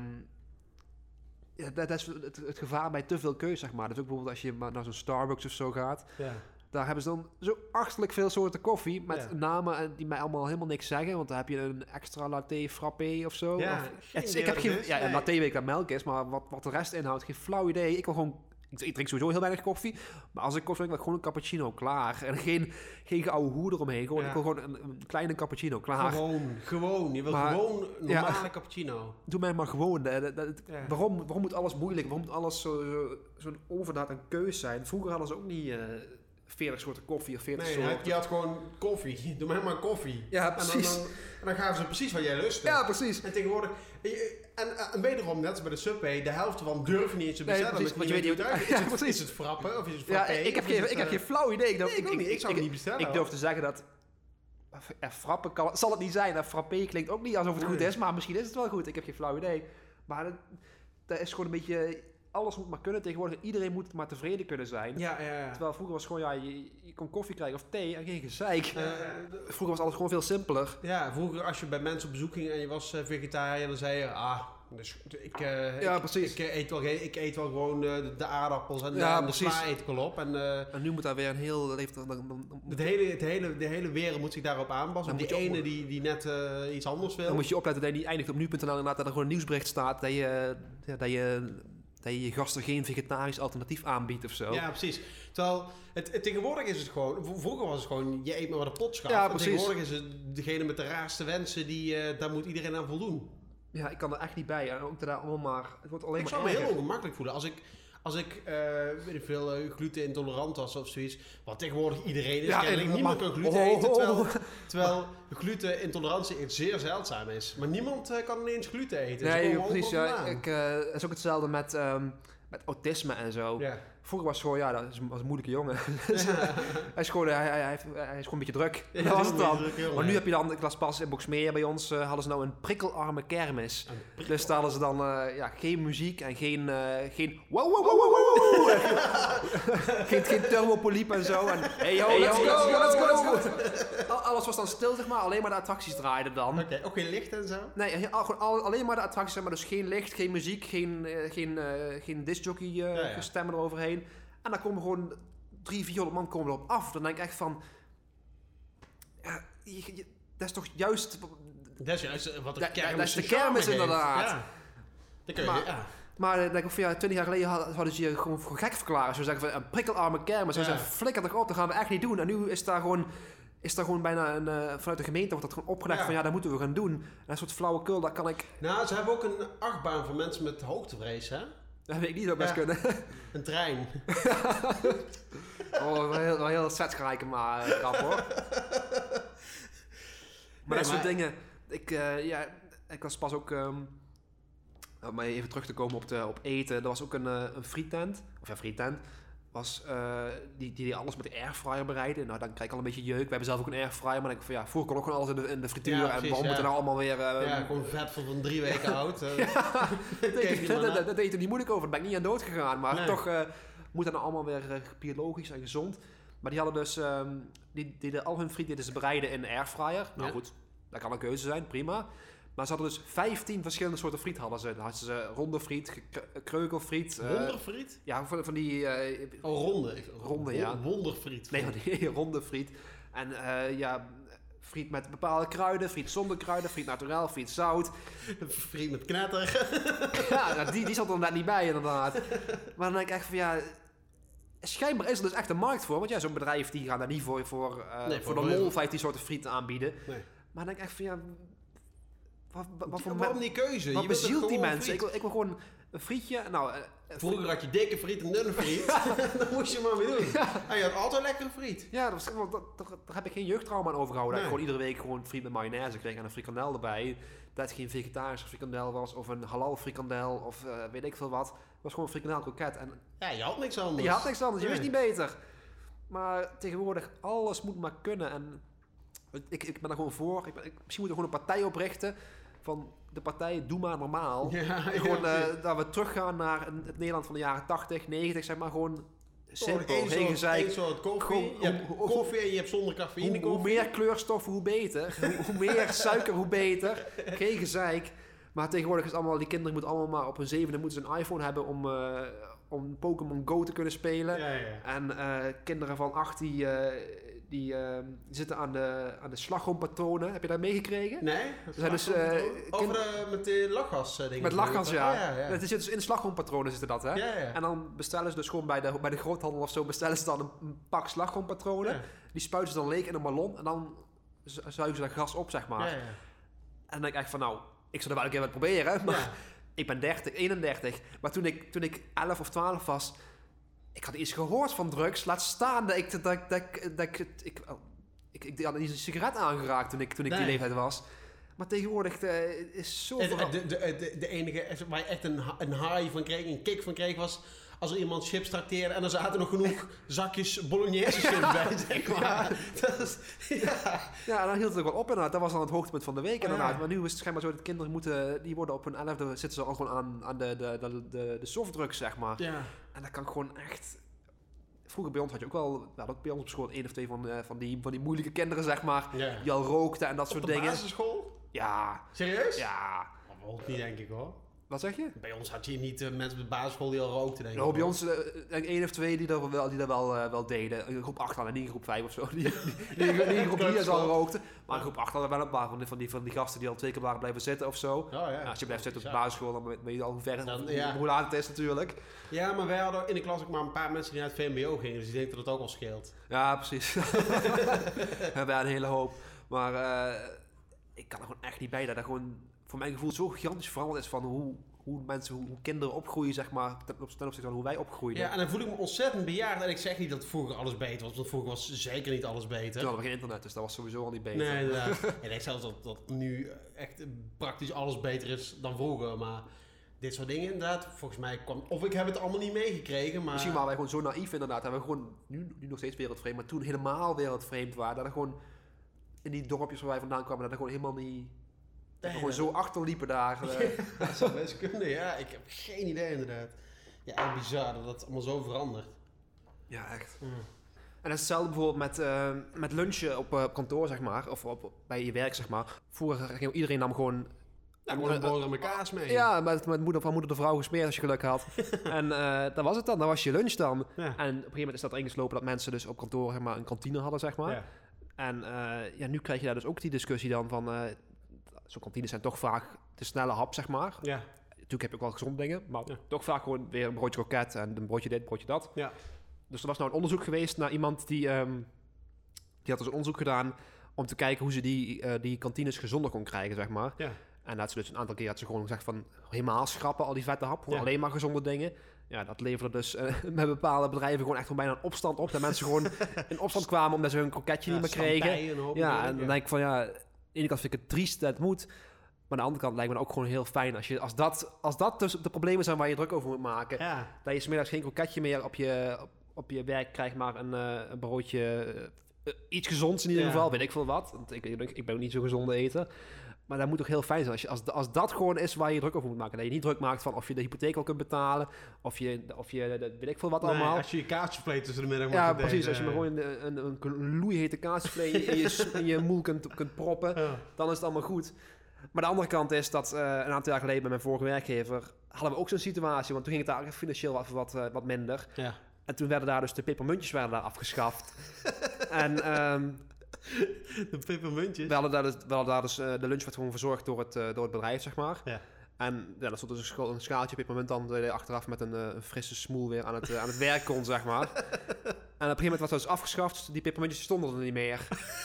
dat is het gevaar bij te veel keuze, zeg maar. Dus ook bijvoorbeeld als je naar zo'n Starbucks of zo gaat... Ja. Daar hebben ze dan zo achterlijk veel soorten koffie met namen die mij allemaal helemaal niks zeggen. Want dan heb je een extra latte frappé of zo. Ja, ik heb geen... Ja, een latte weet ik dat melk is, maar wat de rest inhoudt, geen flauw idee. Ik drink sowieso heel weinig koffie. Maar als ik koffie drink, wil ik gewoon een cappuccino klaar. En geen geouwe hoer eromheen. Ik wil gewoon een kleine cappuccino klaar. Gewoon. Je wil gewoon een normale cappuccino. Doe mij maar gewoon. Waarom moet alles moeilijk? Waarom moet alles zo'n overdaad aan keus zijn? Vroeger hadden ze ook niet... 40 soorten koffie of 40 soorten... Nee, je had gewoon koffie. Doe mij maar koffie. Ja, precies. En dan gaven ze precies wat jij lustte. Ja, precies. En tegenwoordig... En wederom, net als bij de Subway, de helft van durf je niet eens te bestellen. Nee, precies, want je weet niet... Is het frappen of is het frappé? Ja, ik heb geen flauw idee. Ik zou het niet bestellen. Ik durf te zeggen dat... frappen zal het niet zijn. Frappé klinkt ook niet alsof het goed is, maar misschien is het wel goed. Ik heb geen flauw idee. Maar dat is gewoon een beetje... Alles moet maar kunnen tegenwoordig. Iedereen moet maar tevreden kunnen zijn. Ja. Terwijl vroeger was gewoon, je kon koffie krijgen of thee en geen gezeik. Vroeger was alles gewoon veel simpeler. Ja, vroeger als je bij mensen op bezoek ging en je was vegetariër, dan zei je, dus ik eet wel gewoon de aardappels en de sla eet ik wel op. En nu moet daar weer een heel... De hele wereld moet zich daarop aanpassen. Die ene die net iets anders wil. Dan moet je opletten dat je niet eindigt op nu.nl en dat er gewoon een nieuwsbericht staat dat je gasten geen vegetarisch alternatief aanbiedt of zo. Ja, precies. Terwijl tegenwoordig is het gewoon... Vroeger was het gewoon, je eet maar wat de pot schaft. Ja, precies. En tegenwoordig is het degene met de raarste wensen, daar moet iedereen aan voldoen. Ja, ik kan er echt niet bij. En ook daar allemaal maar... Het wordt alleen ik zou me heel ongemakkelijk voelen Als ik, weet ik veel, gluten-intolerant was of zoiets, wat tegenwoordig iedereen is, Ja, kennelijk, niemand kan gluten eten, terwijl gluten-intolerantie iets zeer zeldzaam is. Maar niemand kan ineens gluten eten. Nee, precies. Ja, het is ook hetzelfde met autisme en zo. Ja. Vroeger was het gewoon, ja, dat was een moeilijke jongen. hij is gewoon een beetje druk. Ja, Dat was het dan. Druk, maar nu heb je dan, ik las pas in Boxmeer bij ons, hadden ze nou een prikkelarme kermis. Dus daar hadden ze dan geen muziek en geen wow, wow, wow, wow, wow. geen turbopoliep en zo. En hey yo, let's go. Alles was dan stil, zeg maar. Alleen maar de attracties draaiden dan. Oké, ook geen licht en zo? Nee, gewoon alleen maar de attracties, zeg maar. Dus geen licht, geen muziek, geen discjockey stemmen eroverheen. En dan komen gewoon 300-400 man komen erop af. Dan denk ik echt van... Ja, dat is toch juist... Dat is juist wat de kermis dat is de kermis heeft. inderdaad. Ja. Dan kun je, Maar dan denk ik van 20 jaar geleden hadden ze je gewoon voor gek verklaren. Ze zeggen van een prikkelarme kermis. Ze zeggen flikker toch op, dat gaan we echt niet doen. En nu is daar gewoon bijna vanuit de gemeente wordt dat gewoon opgelegd van dat moeten we gaan doen. En een soort flauwekul, dat kan ik... Nou, ze hebben ook een achtbaan voor mensen met hoogtevrees, hè? Dat weet ik niet, zou best kunnen. Een trein. Wel heel setsgelijke maar grap hoor. Maar dat soort dingen. Ik was pas ook... om maar even terug te komen op eten. Er was ook een frietent. Of ja, frietent. Die alles met de airfryer bereiden. Nou, dan krijg ik al een beetje jeuk. We hebben zelf ook een airfryer. Maar dan denk ik van vroeger kon ook gewoon alles in de frituur. Ja, en waarom moeten nou allemaal weer... gewoon vet van 3 weken oud. Dat deed er niet moeilijk over. Daar ben ik niet aan dood gegaan. Maar toch moet dat nou allemaal weer biologisch en gezond. Maar die hadden dus... al hun friet deden ze bereiden in de airfryer. Nou goed, dat kan een keuze zijn. Prima. Maar ze hadden dus 15 verschillende soorten friet hadden ze. Dan hadden ze ronde friet, kreukelfriet. Wonderfriet? Ja, van die... ronde. Ronde, ja. Wonderfriet. Nee, van die ronde friet. En friet met bepaalde kruiden, friet zonder kruiden, friet naturel, friet zout. Friet met knetter. Ja, die zat er net niet bij inderdaad. Maar dan denk ik echt van schijnbaar is er dus echt een markt voor. Want zo'n bedrijf die gaat daar niet voor de lol 15 soorten friet aanbieden. Nee. Maar dan denk ik echt van waarom die keuze? Wat bezielt die mensen? Ik wil gewoon een frietje. Nou, vroeger had je dikke friet en dunne friet. Dan moest je maar mee doen. Ja. En je had altijd lekkere friet. Ja, daar heb ik geen jeugdtrauma aan overgehouden. Dat ik gewoon iedere week gewoon friet met mayonaise kreeg en een frikandel erbij. Dat het geen vegetarische frikandel was of een halal frikandel of weet ik veel wat. Het was gewoon een frikandel kroket. En je had niks anders. Je wist niet beter. Maar tegenwoordig, alles moet maar kunnen. En ik ben er gewoon voor. Misschien moeten we gewoon een partij oprichten van de partij Doe Maar Normaal. Dat we teruggaan naar het Nederland van de jaren 80, 90, zeg maar gewoon simpel. Geen soort koffie. Je hebt koffie en je hebt zonder cafeïne. Hoe meer kleurstoffen, hoe beter. hoe meer suiker, hoe beter. Geen gezeik. Maar tegenwoordig is allemaal, die kinderen moeten allemaal maar op hun 7e moeten ze een iPhone hebben om Pokémon Go te kunnen spelen. Ja. En kinderen van 8 die zitten aan de slagroompatronen. Heb je dat meegekregen? Nee. Met de lachgas dingen. Met lachgas, ja. Het zit dus in de slagroompatronen zitten dat, hè? Ja. En dan bestellen ze dus gewoon bij de groothandel of zo, bestellen ze dan een pak slagroompatronen. Ja. Die spuiten ze dan leeg in een ballon en dan zuigen ze dat gas op, zeg maar. Ja. En dan denk ik echt van, ik zou er wel een keer wat proberen, maar ik ben 31. Maar toen ik 11 of 12 was... Ik had iets gehoord van drugs. Laat staan dat ik had niet een sigaret aangeraakt toen ik die leeftijd was. Maar tegenwoordig is zo... De enige waar je echt een high van kreeg, een kick van kreeg, was als er iemand chips trakteerde en er zaten nog genoeg zakjes bolognese chips bij, zeg maar. Ja, dan hield het ook wel op inderdaad. Dat was dan het hoogtepunt van de week inderdaad. Maar nu is het schijnbaar zo dat kinderen die worden op hun 11e, zitten ze al gewoon aan de softdrugs, zeg maar. Ja. En dat kan gewoon echt... Vroeger bij ons had je ook wel... bij ons op school 1 of 2 van die moeilijke kinderen, zeg maar. Yeah. Die al rookten en dat soort dingen. Op de basisschool? Ja. Serieus? Ja. Dat was niet, denk ik, hoor. Wat zeg je? Bij ons had je niet mensen op de basisschool die al rookten, denk ik. Nou, bij ons denk 1 of 2 die dat wel deden. In groep 8 en niet in groep 5 of zo. Die in groep 3 al rookten. Maar in groep 8 hadden we wel een paar van die gasten die al 2 keer waren blijven zitten of zo. Oh, ja. Als je blijft zitten op de basisschool, dan weet je al hoe laat het is natuurlijk. Ja, maar wij hadden in de klas ook maar een paar mensen die naar het VMBO gingen. Dus ik denk dat het ook al scheelt. Ja, precies. We hebben een hele hoop. Maar ik kan er gewoon echt niet bij dat gewoon... voor mijn gevoel zo gigantisch veranderd is van hoe mensen, hoe kinderen opgroeien, zeg maar, ten opzichte van hoe wij opgroeiden. Ja, en dan voel ik me ontzettend bejaard. En ik zeg niet dat vroeger alles beter was, want vroeger was zeker niet alles beter. Toen hadden we geen internet, dus dat was sowieso al niet beter. Nee, inderdaad. Ik denk zelfs dat nu echt praktisch alles beter is dan vroeger, maar dit soort dingen inderdaad, volgens mij kwam... Of ik heb het allemaal niet meegekregen, maar... Misschien waren wij gewoon zo naïef inderdaad, dat we gewoon nu nog steeds wereldvreemd, maar toen helemaal wereldvreemd waren, dat er gewoon in die dorpjes waar wij vandaan kwamen, dat er gewoon helemaal niet... Dat we gewoon zo achterliepen daar. Dat zou best kunnen, ja. Ik heb geen idee inderdaad. Ja, echt bizar dat dat allemaal zo verandert. Ja, echt. En dat is hetzelfde bijvoorbeeld met lunchen op kantoor, zeg maar. Of bij je werk, zeg maar. Vroeger ging iedereen nam gewoon... Gewoon een boterham met kaas mee. Ja, met moeder de vrouw gesmeerd als je geluk had. En dat was het dan. Dat was je lunch dan. Ja. En op een gegeven moment is dat erin geslopen dat mensen dus op kantoor zeg maar, een kantine hadden, zeg maar. Ja. En nu krijg je daar dus ook die discussie dan van... zo'n kantines zijn toch vaak de snelle hap, zeg maar. Ja. Natuurlijk heb je ook wel gezonde dingen, maar Ja. toch vaak gewoon weer een broodje kroket en een broodje dit, broodje dat. Ja. Dus er was nou een onderzoek geweest naar iemand die had dus een onderzoek gedaan om te kijken hoe ze die kantines gezonder kon krijgen, zeg maar. Ja. En dat ze dus een aantal keer had ze gewoon gezegd van helemaal schrappen al die vette hap, gewoon Ja. alleen maar gezonde dingen. Ja, dat leverde dus met bepaalde bedrijven gewoon echt gewoon bijna een opstand op. Dat mensen gewoon in opstand kwamen omdat ze hun kroketje niet meer kregen. Ja, en dan denk ik van ja, aan de ene kant vind ik het triest dat het moet. Maar aan de andere kant lijkt me het ook gewoon heel fijn als dat dus de problemen zijn waar je druk over moet maken. Ja. Dat je 's middags geen kroketje meer op je werk krijgt, maar een broodje iets gezonds in ieder Ja. geval, weet ik veel wat. Want ik ben ook niet zo gezonde eten. Maar dat moet toch heel fijn zijn als dat gewoon is waar je druk over moet maken. Dat je niet druk maakt van of je de hypotheek al kunt betalen, of je weet ik veel wat Nee, allemaal. als je je kaasvlees tussen de middag mag Ja, verdelen, precies. Als je maar gewoon een loeihete kaasvlees in je moel kunt proppen, Ja. dan is het allemaal goed. Maar de andere kant is dat een aantal jaar geleden met mijn vorige werkgever hadden we ook zo'n situatie. Want toen ging het daar financieel even wat minder. Ja. En toen werden daar dus de pepermuntjes afgeschaft. En De pepermuntjes. we hadden daar dus de lunch werd gewoon verzorgd door het bedrijf, zeg maar. Ja. En ja, dat stond dus een schaaltje pepermunt dan achteraf met een frisse smoel weer aan het werk kon, zeg maar. En op een gegeven moment was dat dus afgeschaft. Die pepermuntjes stonden er niet meer.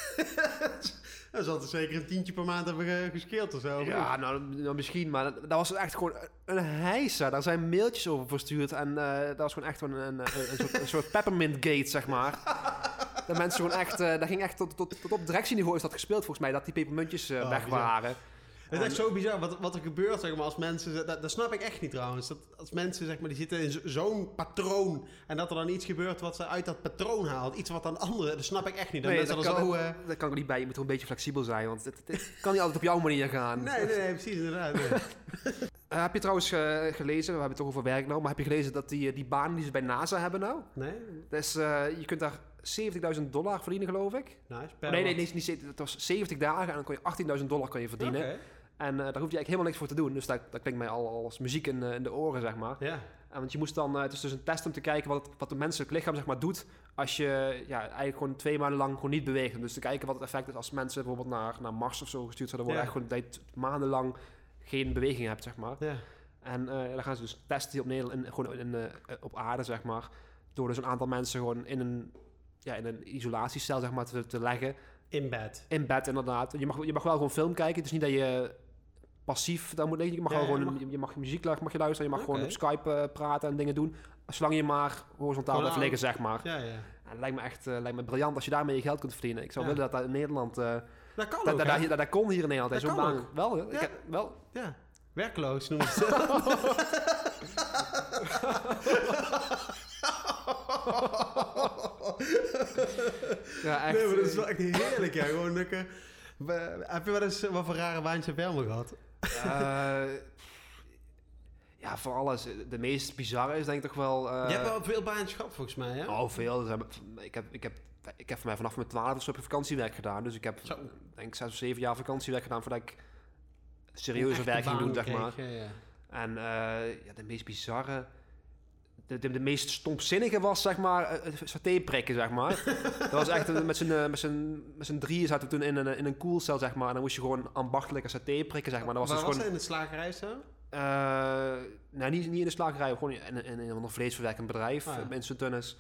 Dat zal er zeker een tientje per maand hebben gescheeld of zo. of Ja, niet? nou misschien, maar dat was echt gewoon een heisa. Daar zijn mailtjes over verstuurd en dat was gewoon echt een soort peppermint gate, zeg maar. Dat mensen gewoon echt, dat ging echt tot op directieniveau is dat gespeeld volgens mij, dat die pepermuntjes weg bizar. waren. Het is echt zo bizar wat er gebeurt, zeg maar, als mensen... Dat snap ik echt niet trouwens. Dat als mensen, zeg maar, die zitten in zo'n patroon... en dat er dan iets gebeurt wat ze uit dat patroon haalt. Iets wat aan anderen... Dat snap ik echt niet. Dat mensen dat er kan, zo... dat kan ik niet bij. Je moet er een beetje flexibel zijn, want het kan niet altijd op jouw manier gaan. Nee, precies, inderdaad. Nee. Heb je trouwens gelezen, we hebben het toch over werk nou, maar heb je gelezen dat die banen die ze bij NASA hebben nou? Nee? Dus je kunt daar $70.000 verdienen, geloof ik. Nice. Nee, niet, het was 70 dagen en dan kon je $18.000 kon je verdienen. Oké. En daar hoef je eigenlijk helemaal niks voor te doen. Dus dat klinkt mij al als muziek in de oren, zeg maar. Ja. Want je moest dan, het is dus een test om te kijken wat het menselijk lichaam zeg maar, doet als je eigenlijk gewoon 2 maanden lang gewoon niet beweegt. Dus te kijken wat het effect is als mensen bijvoorbeeld naar Mars of zo gestuurd zouden worden. Ja. Echt gewoon dat je maandenlang geen beweging hebt, zeg maar. Ja. En dan gaan ze dus testen hier op Nederland, op aarde, zeg maar. Door dus een aantal mensen gewoon in een isolatiecel, zeg maar, te leggen. In bed. In bed, inderdaad. Je mag wel gewoon film kijken. Het is niet dat je passief daar moet liggen. Je mag wel gewoon je mag muziek mag je luisteren. Je mag gewoon op Skype praten en dingen doen. Zolang je maar horizontaal blijft liggen, zeg maar. Ja. En het lijkt me echt briljant als je daarmee je geld kunt verdienen. Ik zou willen dat in Nederland... Dat kan ook, dat kon hier in Nederland. Dat Zo'n kan baan. ook. Wel, Ja. wel. Ja. Werkloos noemen ze het. Ja, echt. Nee, maar dat is wel echt heerlijk, ja. Gewoon lekker... Heb je wel eens wat voor rare baantjes heb je allemaal gehad? Ja, voor alles. De meest bizarre is denk ik toch wel... je hebt wel veel baantjes gehad, volgens mij, hè? Oh, veel. Ik heb voor mij vanaf mijn 12 of vakantiewerk gedaan. Dus ik heb denk ik 6 of 7 jaar vakantiewerk gedaan voordat ik serieuze werk ging doen, zeg maar. Ja. En de meest bizarre... De meest stomzinnige was, zeg maar, saté prikken, zeg maar. Dat was echt met z'n drieën zaten we toen in een koelcel, zeg maar. En dan moest je gewoon ambachtelijk een saté prikken, zeg maar. Dat was Waar dus was gewoon, dat, in de slagerij zo? nou, niet in de slagerij, gewoon in een vleesverwerkend bedrijf in Sint-Tunis.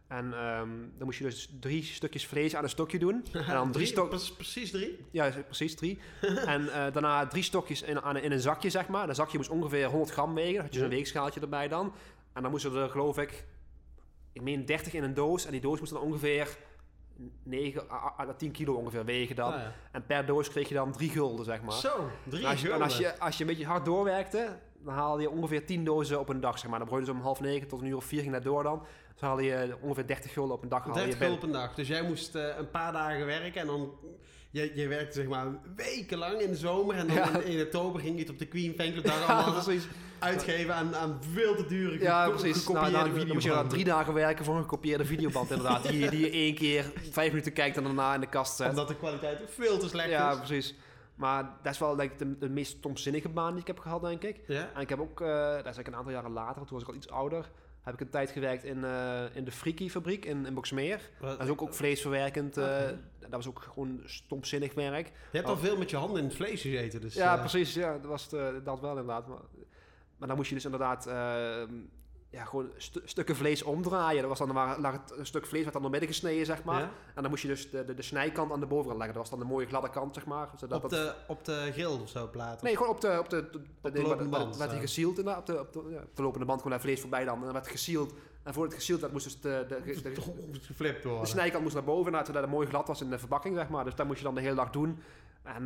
En dan moest je dus 3 stukjes vlees aan een stokje doen. En dan 3 stokjes... Precies 3? Ja, precies 3. En daarna 3 stokjes in een zakje, zeg maar. Dat zakje moest ongeveer 100 gram wegen. Dan had je zo'n weegschaaltje erbij dan. En dan moesten er, geloof ik meen 30 in een doos. En die doos moest dan ongeveer 9 à 10 kilo ongeveer wegen dan. En per doos kreeg je dan 3 gulden, zeg maar. Zo, 3 gulden. En als je een beetje hard doorwerkte, dan haalde je ongeveer 10 dozen op een dag, zeg maar. Dan begon je dus om 8:30 tot 1:00 ging dat door dan. Dus haalde je ongeveer 30 gulden op een dag. 30 gulden op een dag. Dus jij moest een paar dagen werken en dan... Je werkte zeg maar wekenlang in de zomer en dan in oktober ging je het op de Queen Fanclub dag allemaal uitgeven aan veel te dure gekopieerde videobanden. Dan moest je dan 3 dagen werken voor een gekopieerde videoband inderdaad. die je 1 keer 5 minuten kijkt en daarna in de kast zet. Omdat de kwaliteit veel te slecht is. Ja, precies. Maar dat is wel denk ik de meest stomzinnige baan die ik heb gehad, denk ik. Ja? En ik heb ook, dat is eigenlijk een aantal jaren later, toen was ik al iets ouder, heb ik een tijd gewerkt in de Friki fabriek in Boxmeer. Dat is ook vleesverwerkend. Dat was ook gewoon stomzinnig werk. Je hebt al veel met je handen in het vlees gezeten. Dus, ja, precies. Ja, dat was dat wel inderdaad. Maar dan moest je dus inderdaad gewoon stukken vlees omdraaien. Dat was dan een stuk vlees werd dan door midden gesneden, zeg maar. Ja? En dan moest je dus de snijkant aan de bovenkant leggen. Dat was dan de mooie gladde kant, zeg maar. Zodat op de grill of zo platen? Nee, gewoon op de lopende band. Werd hij gesield inderdaad. Op de lopende band gewoon naar vlees voorbij dan. En dan werd gesield. En voordat het gesield werd, moest dus de snijkant moest naar boven. Zodat het mooi glad was in de verpakking, zeg maar. Dus dat moest je dan de hele dag doen. En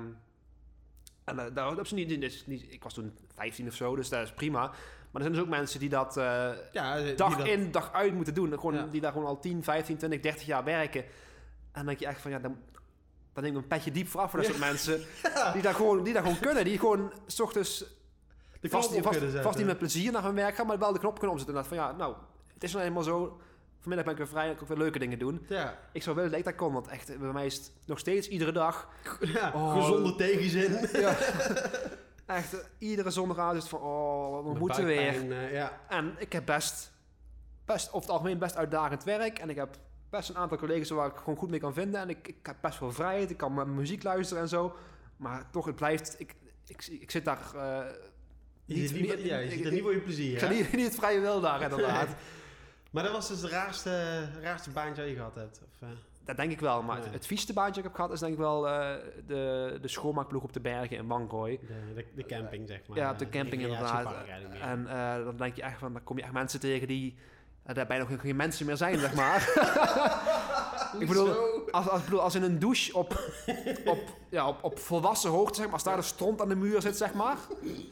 daar heb ze niet, ik was toen 15 of zo, dus dat is prima. Maar er zijn dus ook mensen die dat dag in, dag uit moeten doen. Die daar gewoon al 10, 15, 20, 30 jaar werken. En dan denk je echt van, dan denk ik een petje diep vooraf voor dat soort mensen. Die daar gewoon kunnen. Die gewoon 's ochtends vast niet met plezier naar hun werk gaan, maar wel de knop kunnen omzetten. En dat van, het is nou eenmaal zo. Vanmiddag ben ik weer vrij en ik ook weer leuke dingen doen. Ja. Ik zou willen dat ik dat kon, want echt, bij mij is het nog steeds iedere dag... gezonde tegenzin. Ja. Echt, iedere zondagavond is het van, we moeten weer. En ik heb best over het algemeen best uitdagend werk. En ik heb best een aantal collega's waar ik gewoon goed mee kan vinden. En ik heb best veel vrijheid. Ik kan mijn muziek luisteren en zo. Maar toch, het blijft... Ik zit daar... je zit er niet voor je plezier, Ik ga niet het vrije wil daar, inderdaad. Maar dat was dus de raarste baantje dat je gehad hebt? Of, Dat denk ik wel, maar het vieste baantje dat ik heb gehad is denk ik wel de schoonmaakploeg op de bergen in Wangrooi. De camping, zeg maar. Ja, op de camping inderdaad. En dan denk je echt van, dan kom je echt mensen tegen die daarbij nog geen mensen meer zijn, zeg maar. Ik bedoel, als in een douche op volwassen hoogte, zeg maar, als daar de stront aan de muur zit, zeg maar.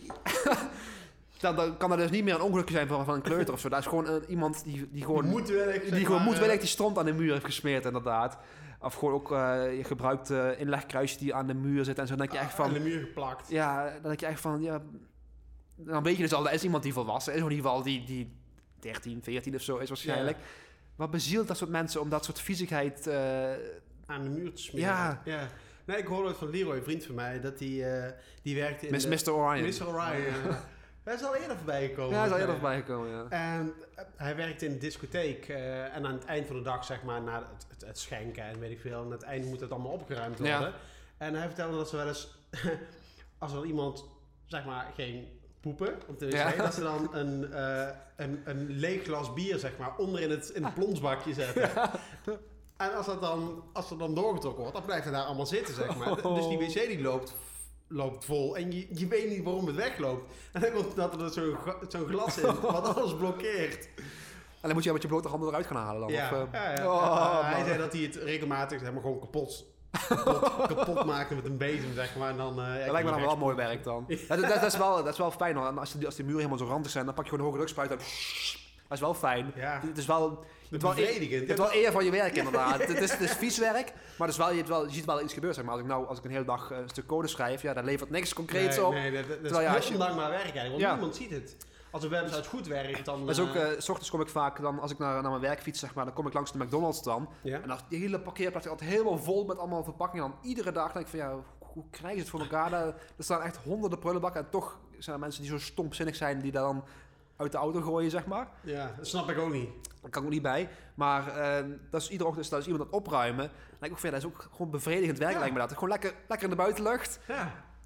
Dan kan dat dus niet meer een ongelukje zijn van een kleuter of zo. Dat is gewoon iemand die gewoon moedwillig die stront aan de muur heeft gesmeerd, inderdaad. Of gewoon ook je gebruikt inlegkruisje die aan de muur zit en zo. Dan denk je echt van... Aan de muur geplakt. Ja, dan denk je echt van... dan weet je dus al, dat is iemand die volwassen is. In ieder geval die 13, 14 of zo is waarschijnlijk. Ja. Wat bezielt dat soort mensen om dat soort viezigheid... aan de muur te smeren. Ja. Nee, ik hoorde het van Leroy, een vriend van mij, dat die werkte in Mr. Orion. Mr. Orion, Hij is al eerder voorbij gekomen. Ja, hij is al eerder voorbij gekomen, ja. En hij werkte in de discotheek. En aan het eind van de dag, zeg maar, na het schenken en weet ik veel. aan het eind moet het allemaal opgeruimd worden. Ja. En hij vertelde dat ze wel eens... als er iemand, zeg maar, ging poepen op de wc... dat ze dan een leeg glas bier, zeg maar, onder in het plonsbakje zetten. Ja. En als dat dan doorgetrokken wordt, dan blijft hij daar allemaal zitten, zeg maar. Dus die wc die loopt vol en je weet niet waarom het wegloopt. En dan komt dat er zo'n glas in, wat alles blokkeert. En dan moet je met je blote handen eruit gaan halen dan? Ja, hij zei dat hij het regelmatig gewoon kapot maakte met een bezem, zeg maar. En dan, dat lijkt me dan wel mooi werk dan. Dat is wel fijn, hoor. Als die muren helemaal zo randig zijn, dan pak je gewoon een hoge drukspuit uit. Dat is wel fijn. Ja. Het is wel... Het is wel eer van je werk, inderdaad. Het is vies werk, maar je ziet wel iets gebeuren. Zeg maar. Als ik een hele dag een stuk code schrijf, dat levert niks concreets op. Nee, dat is heel ondankbaar werk eigenlijk, want niemand ziet het. Als een website goed werkt, dan... Dat is ook, 's ochtends kom ik vaak, als ik naar mijn werk fiets, zeg maar, dan kom ik langs de McDonald's dan. Ja? En dan die hele parkeerplaats is altijd helemaal vol met allemaal verpakkingen. En dan iedere dag denk ik van, hoe krijgen ze het voor elkaar? Er staan echt honderden prullenbakken en toch zijn er mensen die zo stomzinnig zijn, die dan uit de auto gooien, zeg maar. Ja, dat snap ik ook niet. Daar kan ik ook niet bij. Maar dat is iedere ochtend iemand aan het opruimen. Dan denk ik ook, dat is ook gewoon bevredigend werk, lijkt me dat. Gewoon lekker in de buitenlucht. Ja.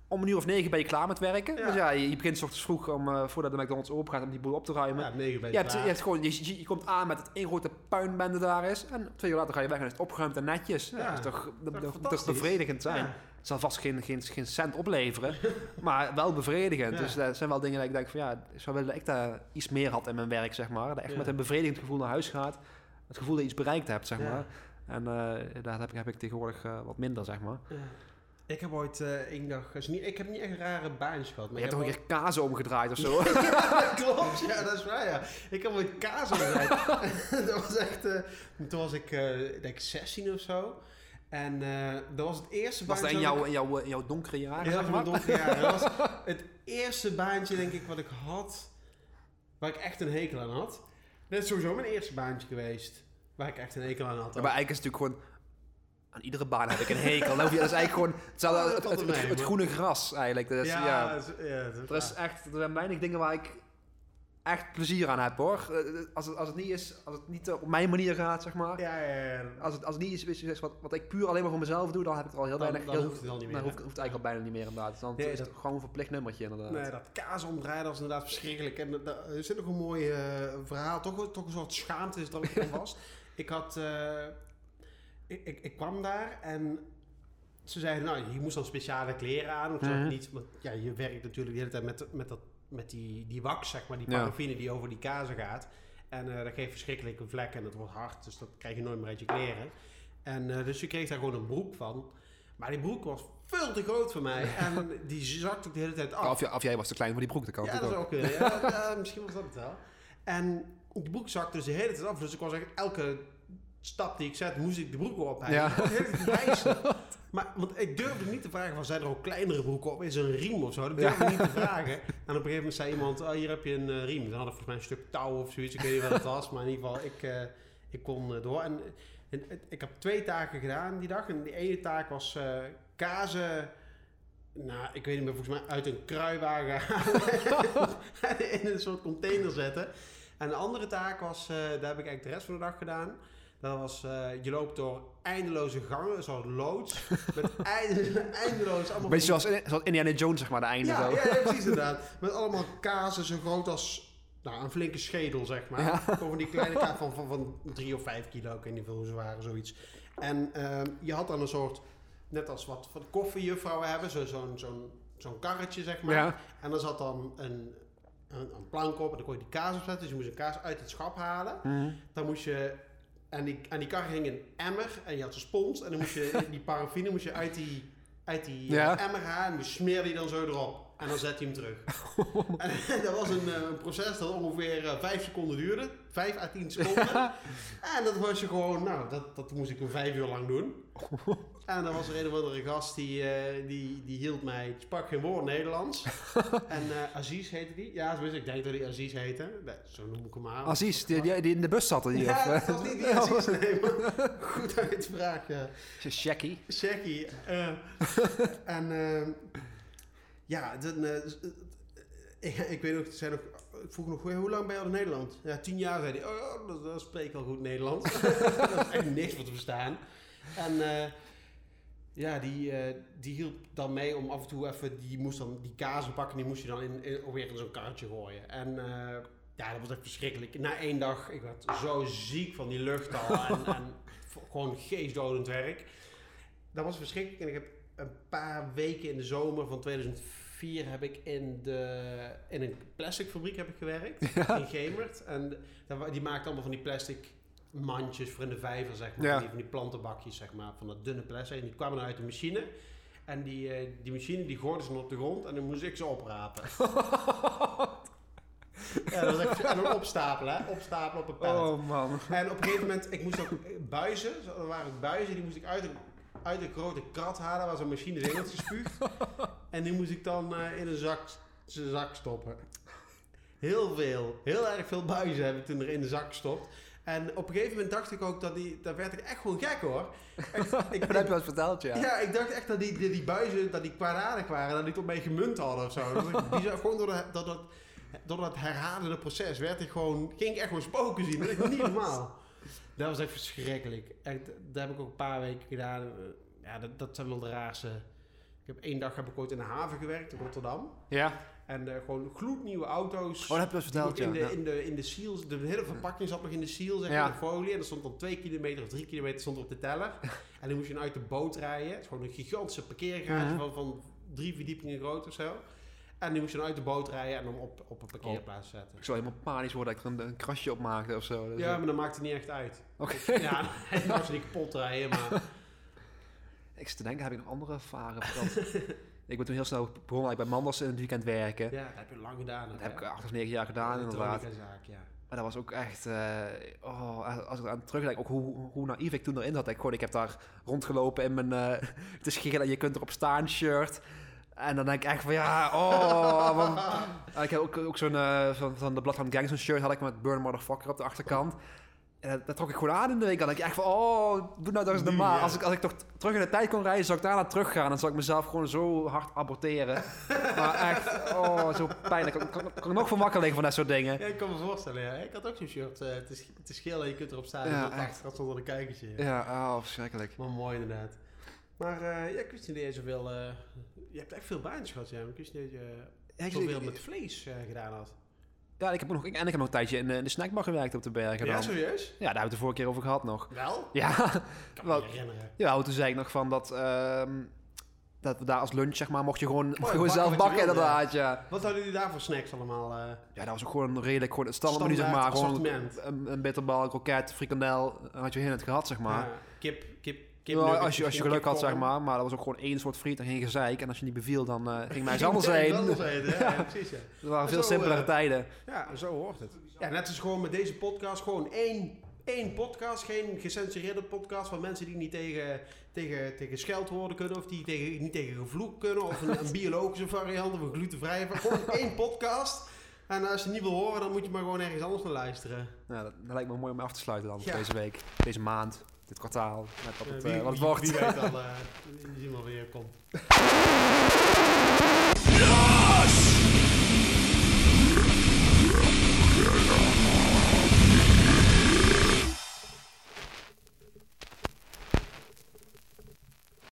om 8:00 ben je klaar met werken. Ja. Dus je begint 's ochtends vroeg voordat de McDonald's open gaat om die boel op te ruimen. Ja, 9 ben Je hebt gewoon, je komt aan met het één grote puinbende daar is. En 2 uur later ga je weg en is het opgeruimd en netjes. Ja, dat is toch bevredigend zijn. Ja. Het zal vast geen cent opleveren, maar wel bevredigend. Ja. Dus dat zijn wel dingen dat ik denk van ik zou willen dat ik daar iets meer had in mijn werk, zeg maar. Dat echt met een bevredigend gevoel naar huis gaat. Het gevoel dat je iets bereikt hebt, zeg maar. En daar heb ik tegenwoordig wat minder, zeg maar. Ja. Ik heb ooit één dag... ik heb niet echt een rare baantjes gehad. Maar je hebt toch een keer kazen omgedraaid of zo? Ja, dat klopt. Ja, dat is waar, ja. Ik heb ooit kaas omgedraaid. Dat was echt... toen was ik, denk 16 of zo. En dat was het eerste baantje... Was dat in jouw donkere jaren? Ja, mijn donkere jaren. Dat was het eerste baantje, denk ik, wat ik had... Waar ik echt een hekel aan had. Dat is sowieso mijn eerste baantje geweest. Waar ik echt een hekel aan had. Ja, maar eigenlijk is het natuurlijk gewoon... Aan iedere baan heb ik een hekel. Dat is eigenlijk gewoon het groene gras eigenlijk. Dus, er zijn weinig dingen waar ik echt plezier aan heb, hoor. Als het niet op mijn manier gaat, zeg maar. Ja. Als het niet is wat ik puur alleen maar voor mezelf doe, dan heb ik er al heel weinig... Dan hoeft het al niet meer. Dan hoeft het eigenlijk al bijna niet meer, inderdaad. Dan is het gewoon een verplicht nummertje, inderdaad. Nee, dat kaas omdraaien, dat is inderdaad verschrikkelijk. En er zit nog een mooi verhaal. Toch een soort schaamte is dat ik er vast. Ik had... Ik kwam daar en ze zeiden, nou, je moest dan speciale kleren aan. Of niet, want je werkt natuurlijk de hele tijd met die wax, zeg maar, die paraffine die over die kazen gaat. En dat geeft verschrikkelijke vlekken en het wordt hard, dus dat krijg je nooit meer uit je kleren. En dus je kreeg daar gewoon een broek van. Maar die broek was veel te groot voor mij en die zakte ook de hele tijd af. Of jij was te klein voor die broek, dat kan dat ook. Ja, misschien was dat het wel. En die broek zakte dus de hele tijd af, dus ik was echt elke... stap die ik zet, moest ik de broeken ophijzen. Ja. Maar want ik durfde niet te vragen van, zijn er ook kleinere broeken op? Is er een riem of zo? Dat durfde ik niet te vragen. En op een gegeven moment zei iemand, hier heb je een riem. Dan had ik volgens mij een stuk touw of zoiets. Ik weet niet wat het was, maar in ieder geval, ik kon door. En ik heb 2 taken gedaan die dag. En die ene taak was kazen... Nou, ik weet niet meer, volgens mij uit een kruiwagen halen en in een soort container zetten. En de andere taak was, daar heb ik eigenlijk de rest van de dag gedaan. Dat was, je loopt door eindeloze gangen, zoals loods. Met eindeloos allemaal... Beetje zoals Indiana Jones, zeg maar, de einde. Ja, precies inderdaad. Met allemaal kazen zo groot als een flinke schedel, zeg maar. Ja. Over die kleine kaas van 3 of 5 kilo, ik weet niet hoe ze waren, zoiets. En je had dan een soort, net als wat van koffiejuffrouwen hebben, zo'n karretje, zeg maar. Ja. En dan zat dan een plank op en dan kon je die kaas opzetten. Dus je moest een kaas uit het schap halen. Dan moest je... En die kar hing een emmer en je had een spons. En dan moest je die paraffine uit die emmer halen. En die smeerde je dan zo erop. En dan zet je hem terug. En dat was een proces dat ongeveer 5 seconden duurde. 5 à 10 seconden. En dat was je gewoon... Nou, dat moest ik 5 uur lang doen. En dan was er een of andere gast die hield mij... Ik sprak geen woord Nederlands. En Aziz heette die. Ja, zo is, ik denk dat die Aziz heette. Nee, zo noem ik hem aan. Aziz, die in de bus zat. Ja, dat was niet die Aziz. Nee, maar goed uitspraak. Shaggy. Shaggy. Ik weet nog, ik vroeg nog, hoe lang ben je al in Nederland? Ja, 10 jaar, zei hij. Oh, dat spreek ik al goed Nederlands. Dat is echt niks voor te verstaan. En die hielp dan mee om af en toe even, die moest dan die kazen pakken, die moest je dan weer in zo'n karretje gooien. En dat was echt verschrikkelijk. Na 1 dag, ik werd zo ziek van die lucht al en gewoon geestdodend werk. Dat was verschrikkelijk en ik heb een paar weken in de zomer van 2004 heb ik in een plastic fabriek gewerkt, in Gemert. En die maakte allemaal van die plastic mandjes voor in de vijver, zeg maar. Van die plantenbakjes, zeg maar, van dat dunne plastic. En die kwamen dan uit de machine. En die machine, die gooiden ze op de grond en dan moest ik ze oprapen. Ja, dat was echt, en dan opstapelen op een pallet. Oh man. En op een gegeven moment, ik moest ook buizen, er waren buizen, die moest ik uit een grote krat halen waar zo'n machine erin had gespuugd. En die moest ik dan in een zak stoppen. Heel erg veel buizen heb ik toen er in de zak gestopt. En op een gegeven moment dacht ik ook daar werd ik echt gewoon gek, hoor. Echt, dat heb je wel eens verteld, ja. Ja, ik dacht echt dat die buizen, dat die kwaadaardig waren, dat die tot mij gemunt hadden of zo. Gewoon door dat herhalende proces ging ik echt gewoon spoken zien. Dat is niet normaal. Dat was echt verschrikkelijk. Echt, dat heb ik ook een paar weken gedaan. Ja, dat zijn wel de raarste Ik heb 1 dag ooit in de haven gewerkt in Rotterdam. Ja. En gewoon gloednieuwe auto's. Oh, dat heb je dus verteld, in de seals, de hele verpakking zat nog in de seal, zeg maar, de folie. En er stond dan 2 kilometer of 3 kilometer stond er op de teller. En dan moest je uit de boot rijden. Het is gewoon een gigantische parkeergarage van 3 verdiepingen groot of zo. En die moest je dan uit de boot rijden en dan op een parkeerplaats zetten. Ik zou helemaal panisch worden dat ik er een krasje op maakte of zo. Dus ja, maar dat maakt het niet echt uit. Oké. Ja, dan was je niet kapot rijden, maar... Ik zit te denken, heb ik nog andere ervaren? Ik ben toen heel snel begonnen bij Manders in het weekend werken. Ja, dat heb je lang gedaan. Dat heb ik 8 of 9 jaar gedaan, inderdaad. Zaak, ja. Maar dat was ook echt... als ik aan terugdenk, ook hoe naïef ik toen erin zat. Ik heb daar rondgelopen in mijn... het is geel en je kunt erop staan shirt. En dan denk ik echt van ik heb ook zo'n van de Bloodhound Gang, zo'n shirt had ik met Burn Motherfucker op de achterkant. En dat trok ik gewoon aan in de week. Dan denk ik echt van, doe nou dat eens normaal. Ja. Als ik toch terug in de tijd kon rijden, zou ik daarna teruggaan. Dan zou ik mezelf gewoon zo hard aborteren. Maar echt, zo pijnlijk. Ik kan nog van wakker liggen van dat soort dingen. Ja, ik kan me voorstellen, ja. Ik had ook zo'n shirt. Het is geel en je kunt erop staan. Ja, echt. Dat stond een kijkertje. Ja, verschrikkelijk. Maar mooi inderdaad. Maar ik wist niet dat je zoveel... je hebt echt veel baantjes gehad, ja. Ik wist niet dat je zoveel met vlees gedaan had. Ja, ik heb nog een tijdje in de snackbar gewerkt op de bergen. Ja, serieus? Ja, daar hebben we het de vorige keer over gehad nog. Wel? Ja. Ik kan me niet herinneren. Ja, toen zei ik nog van dat we daar als lunch, zeg maar, mocht je gewoon zelf bakken inderdaad, ja. Wat hadden jullie daar voor snacks allemaal? Ja, dat was ook gewoon redelijk, gewoon het standaard, zeg maar. Gewoon een bitterbal, een kroket, frikandel, had je in het gehad, zeg maar. Ja, kip als je geluk had, zeg maar. Maar dat was ook gewoon 1 soort friet en geen gezeik. En als je niet beviel, dan ging mij eens anders heen. Ja, precies, ja. Dat waren veel simpelere tijden. Ja, zo hoort het. Ja, net als gewoon met deze podcast, gewoon één podcast. Geen gecensureerde podcast van mensen die niet tegen scheldwoorden kunnen. Of die niet tegen gevloek kunnen. Of een biologische variant of een glutenvrije variant. Gewoon 1 podcast. En als je het niet wil horen, dan moet je maar gewoon ergens anders naar luisteren. Ja, dat lijkt me mooi om af te sluiten dan deze week. Deze maand. Dit kwartaal. Wat het wordt. Wie weet al, wie zien wel weer komt.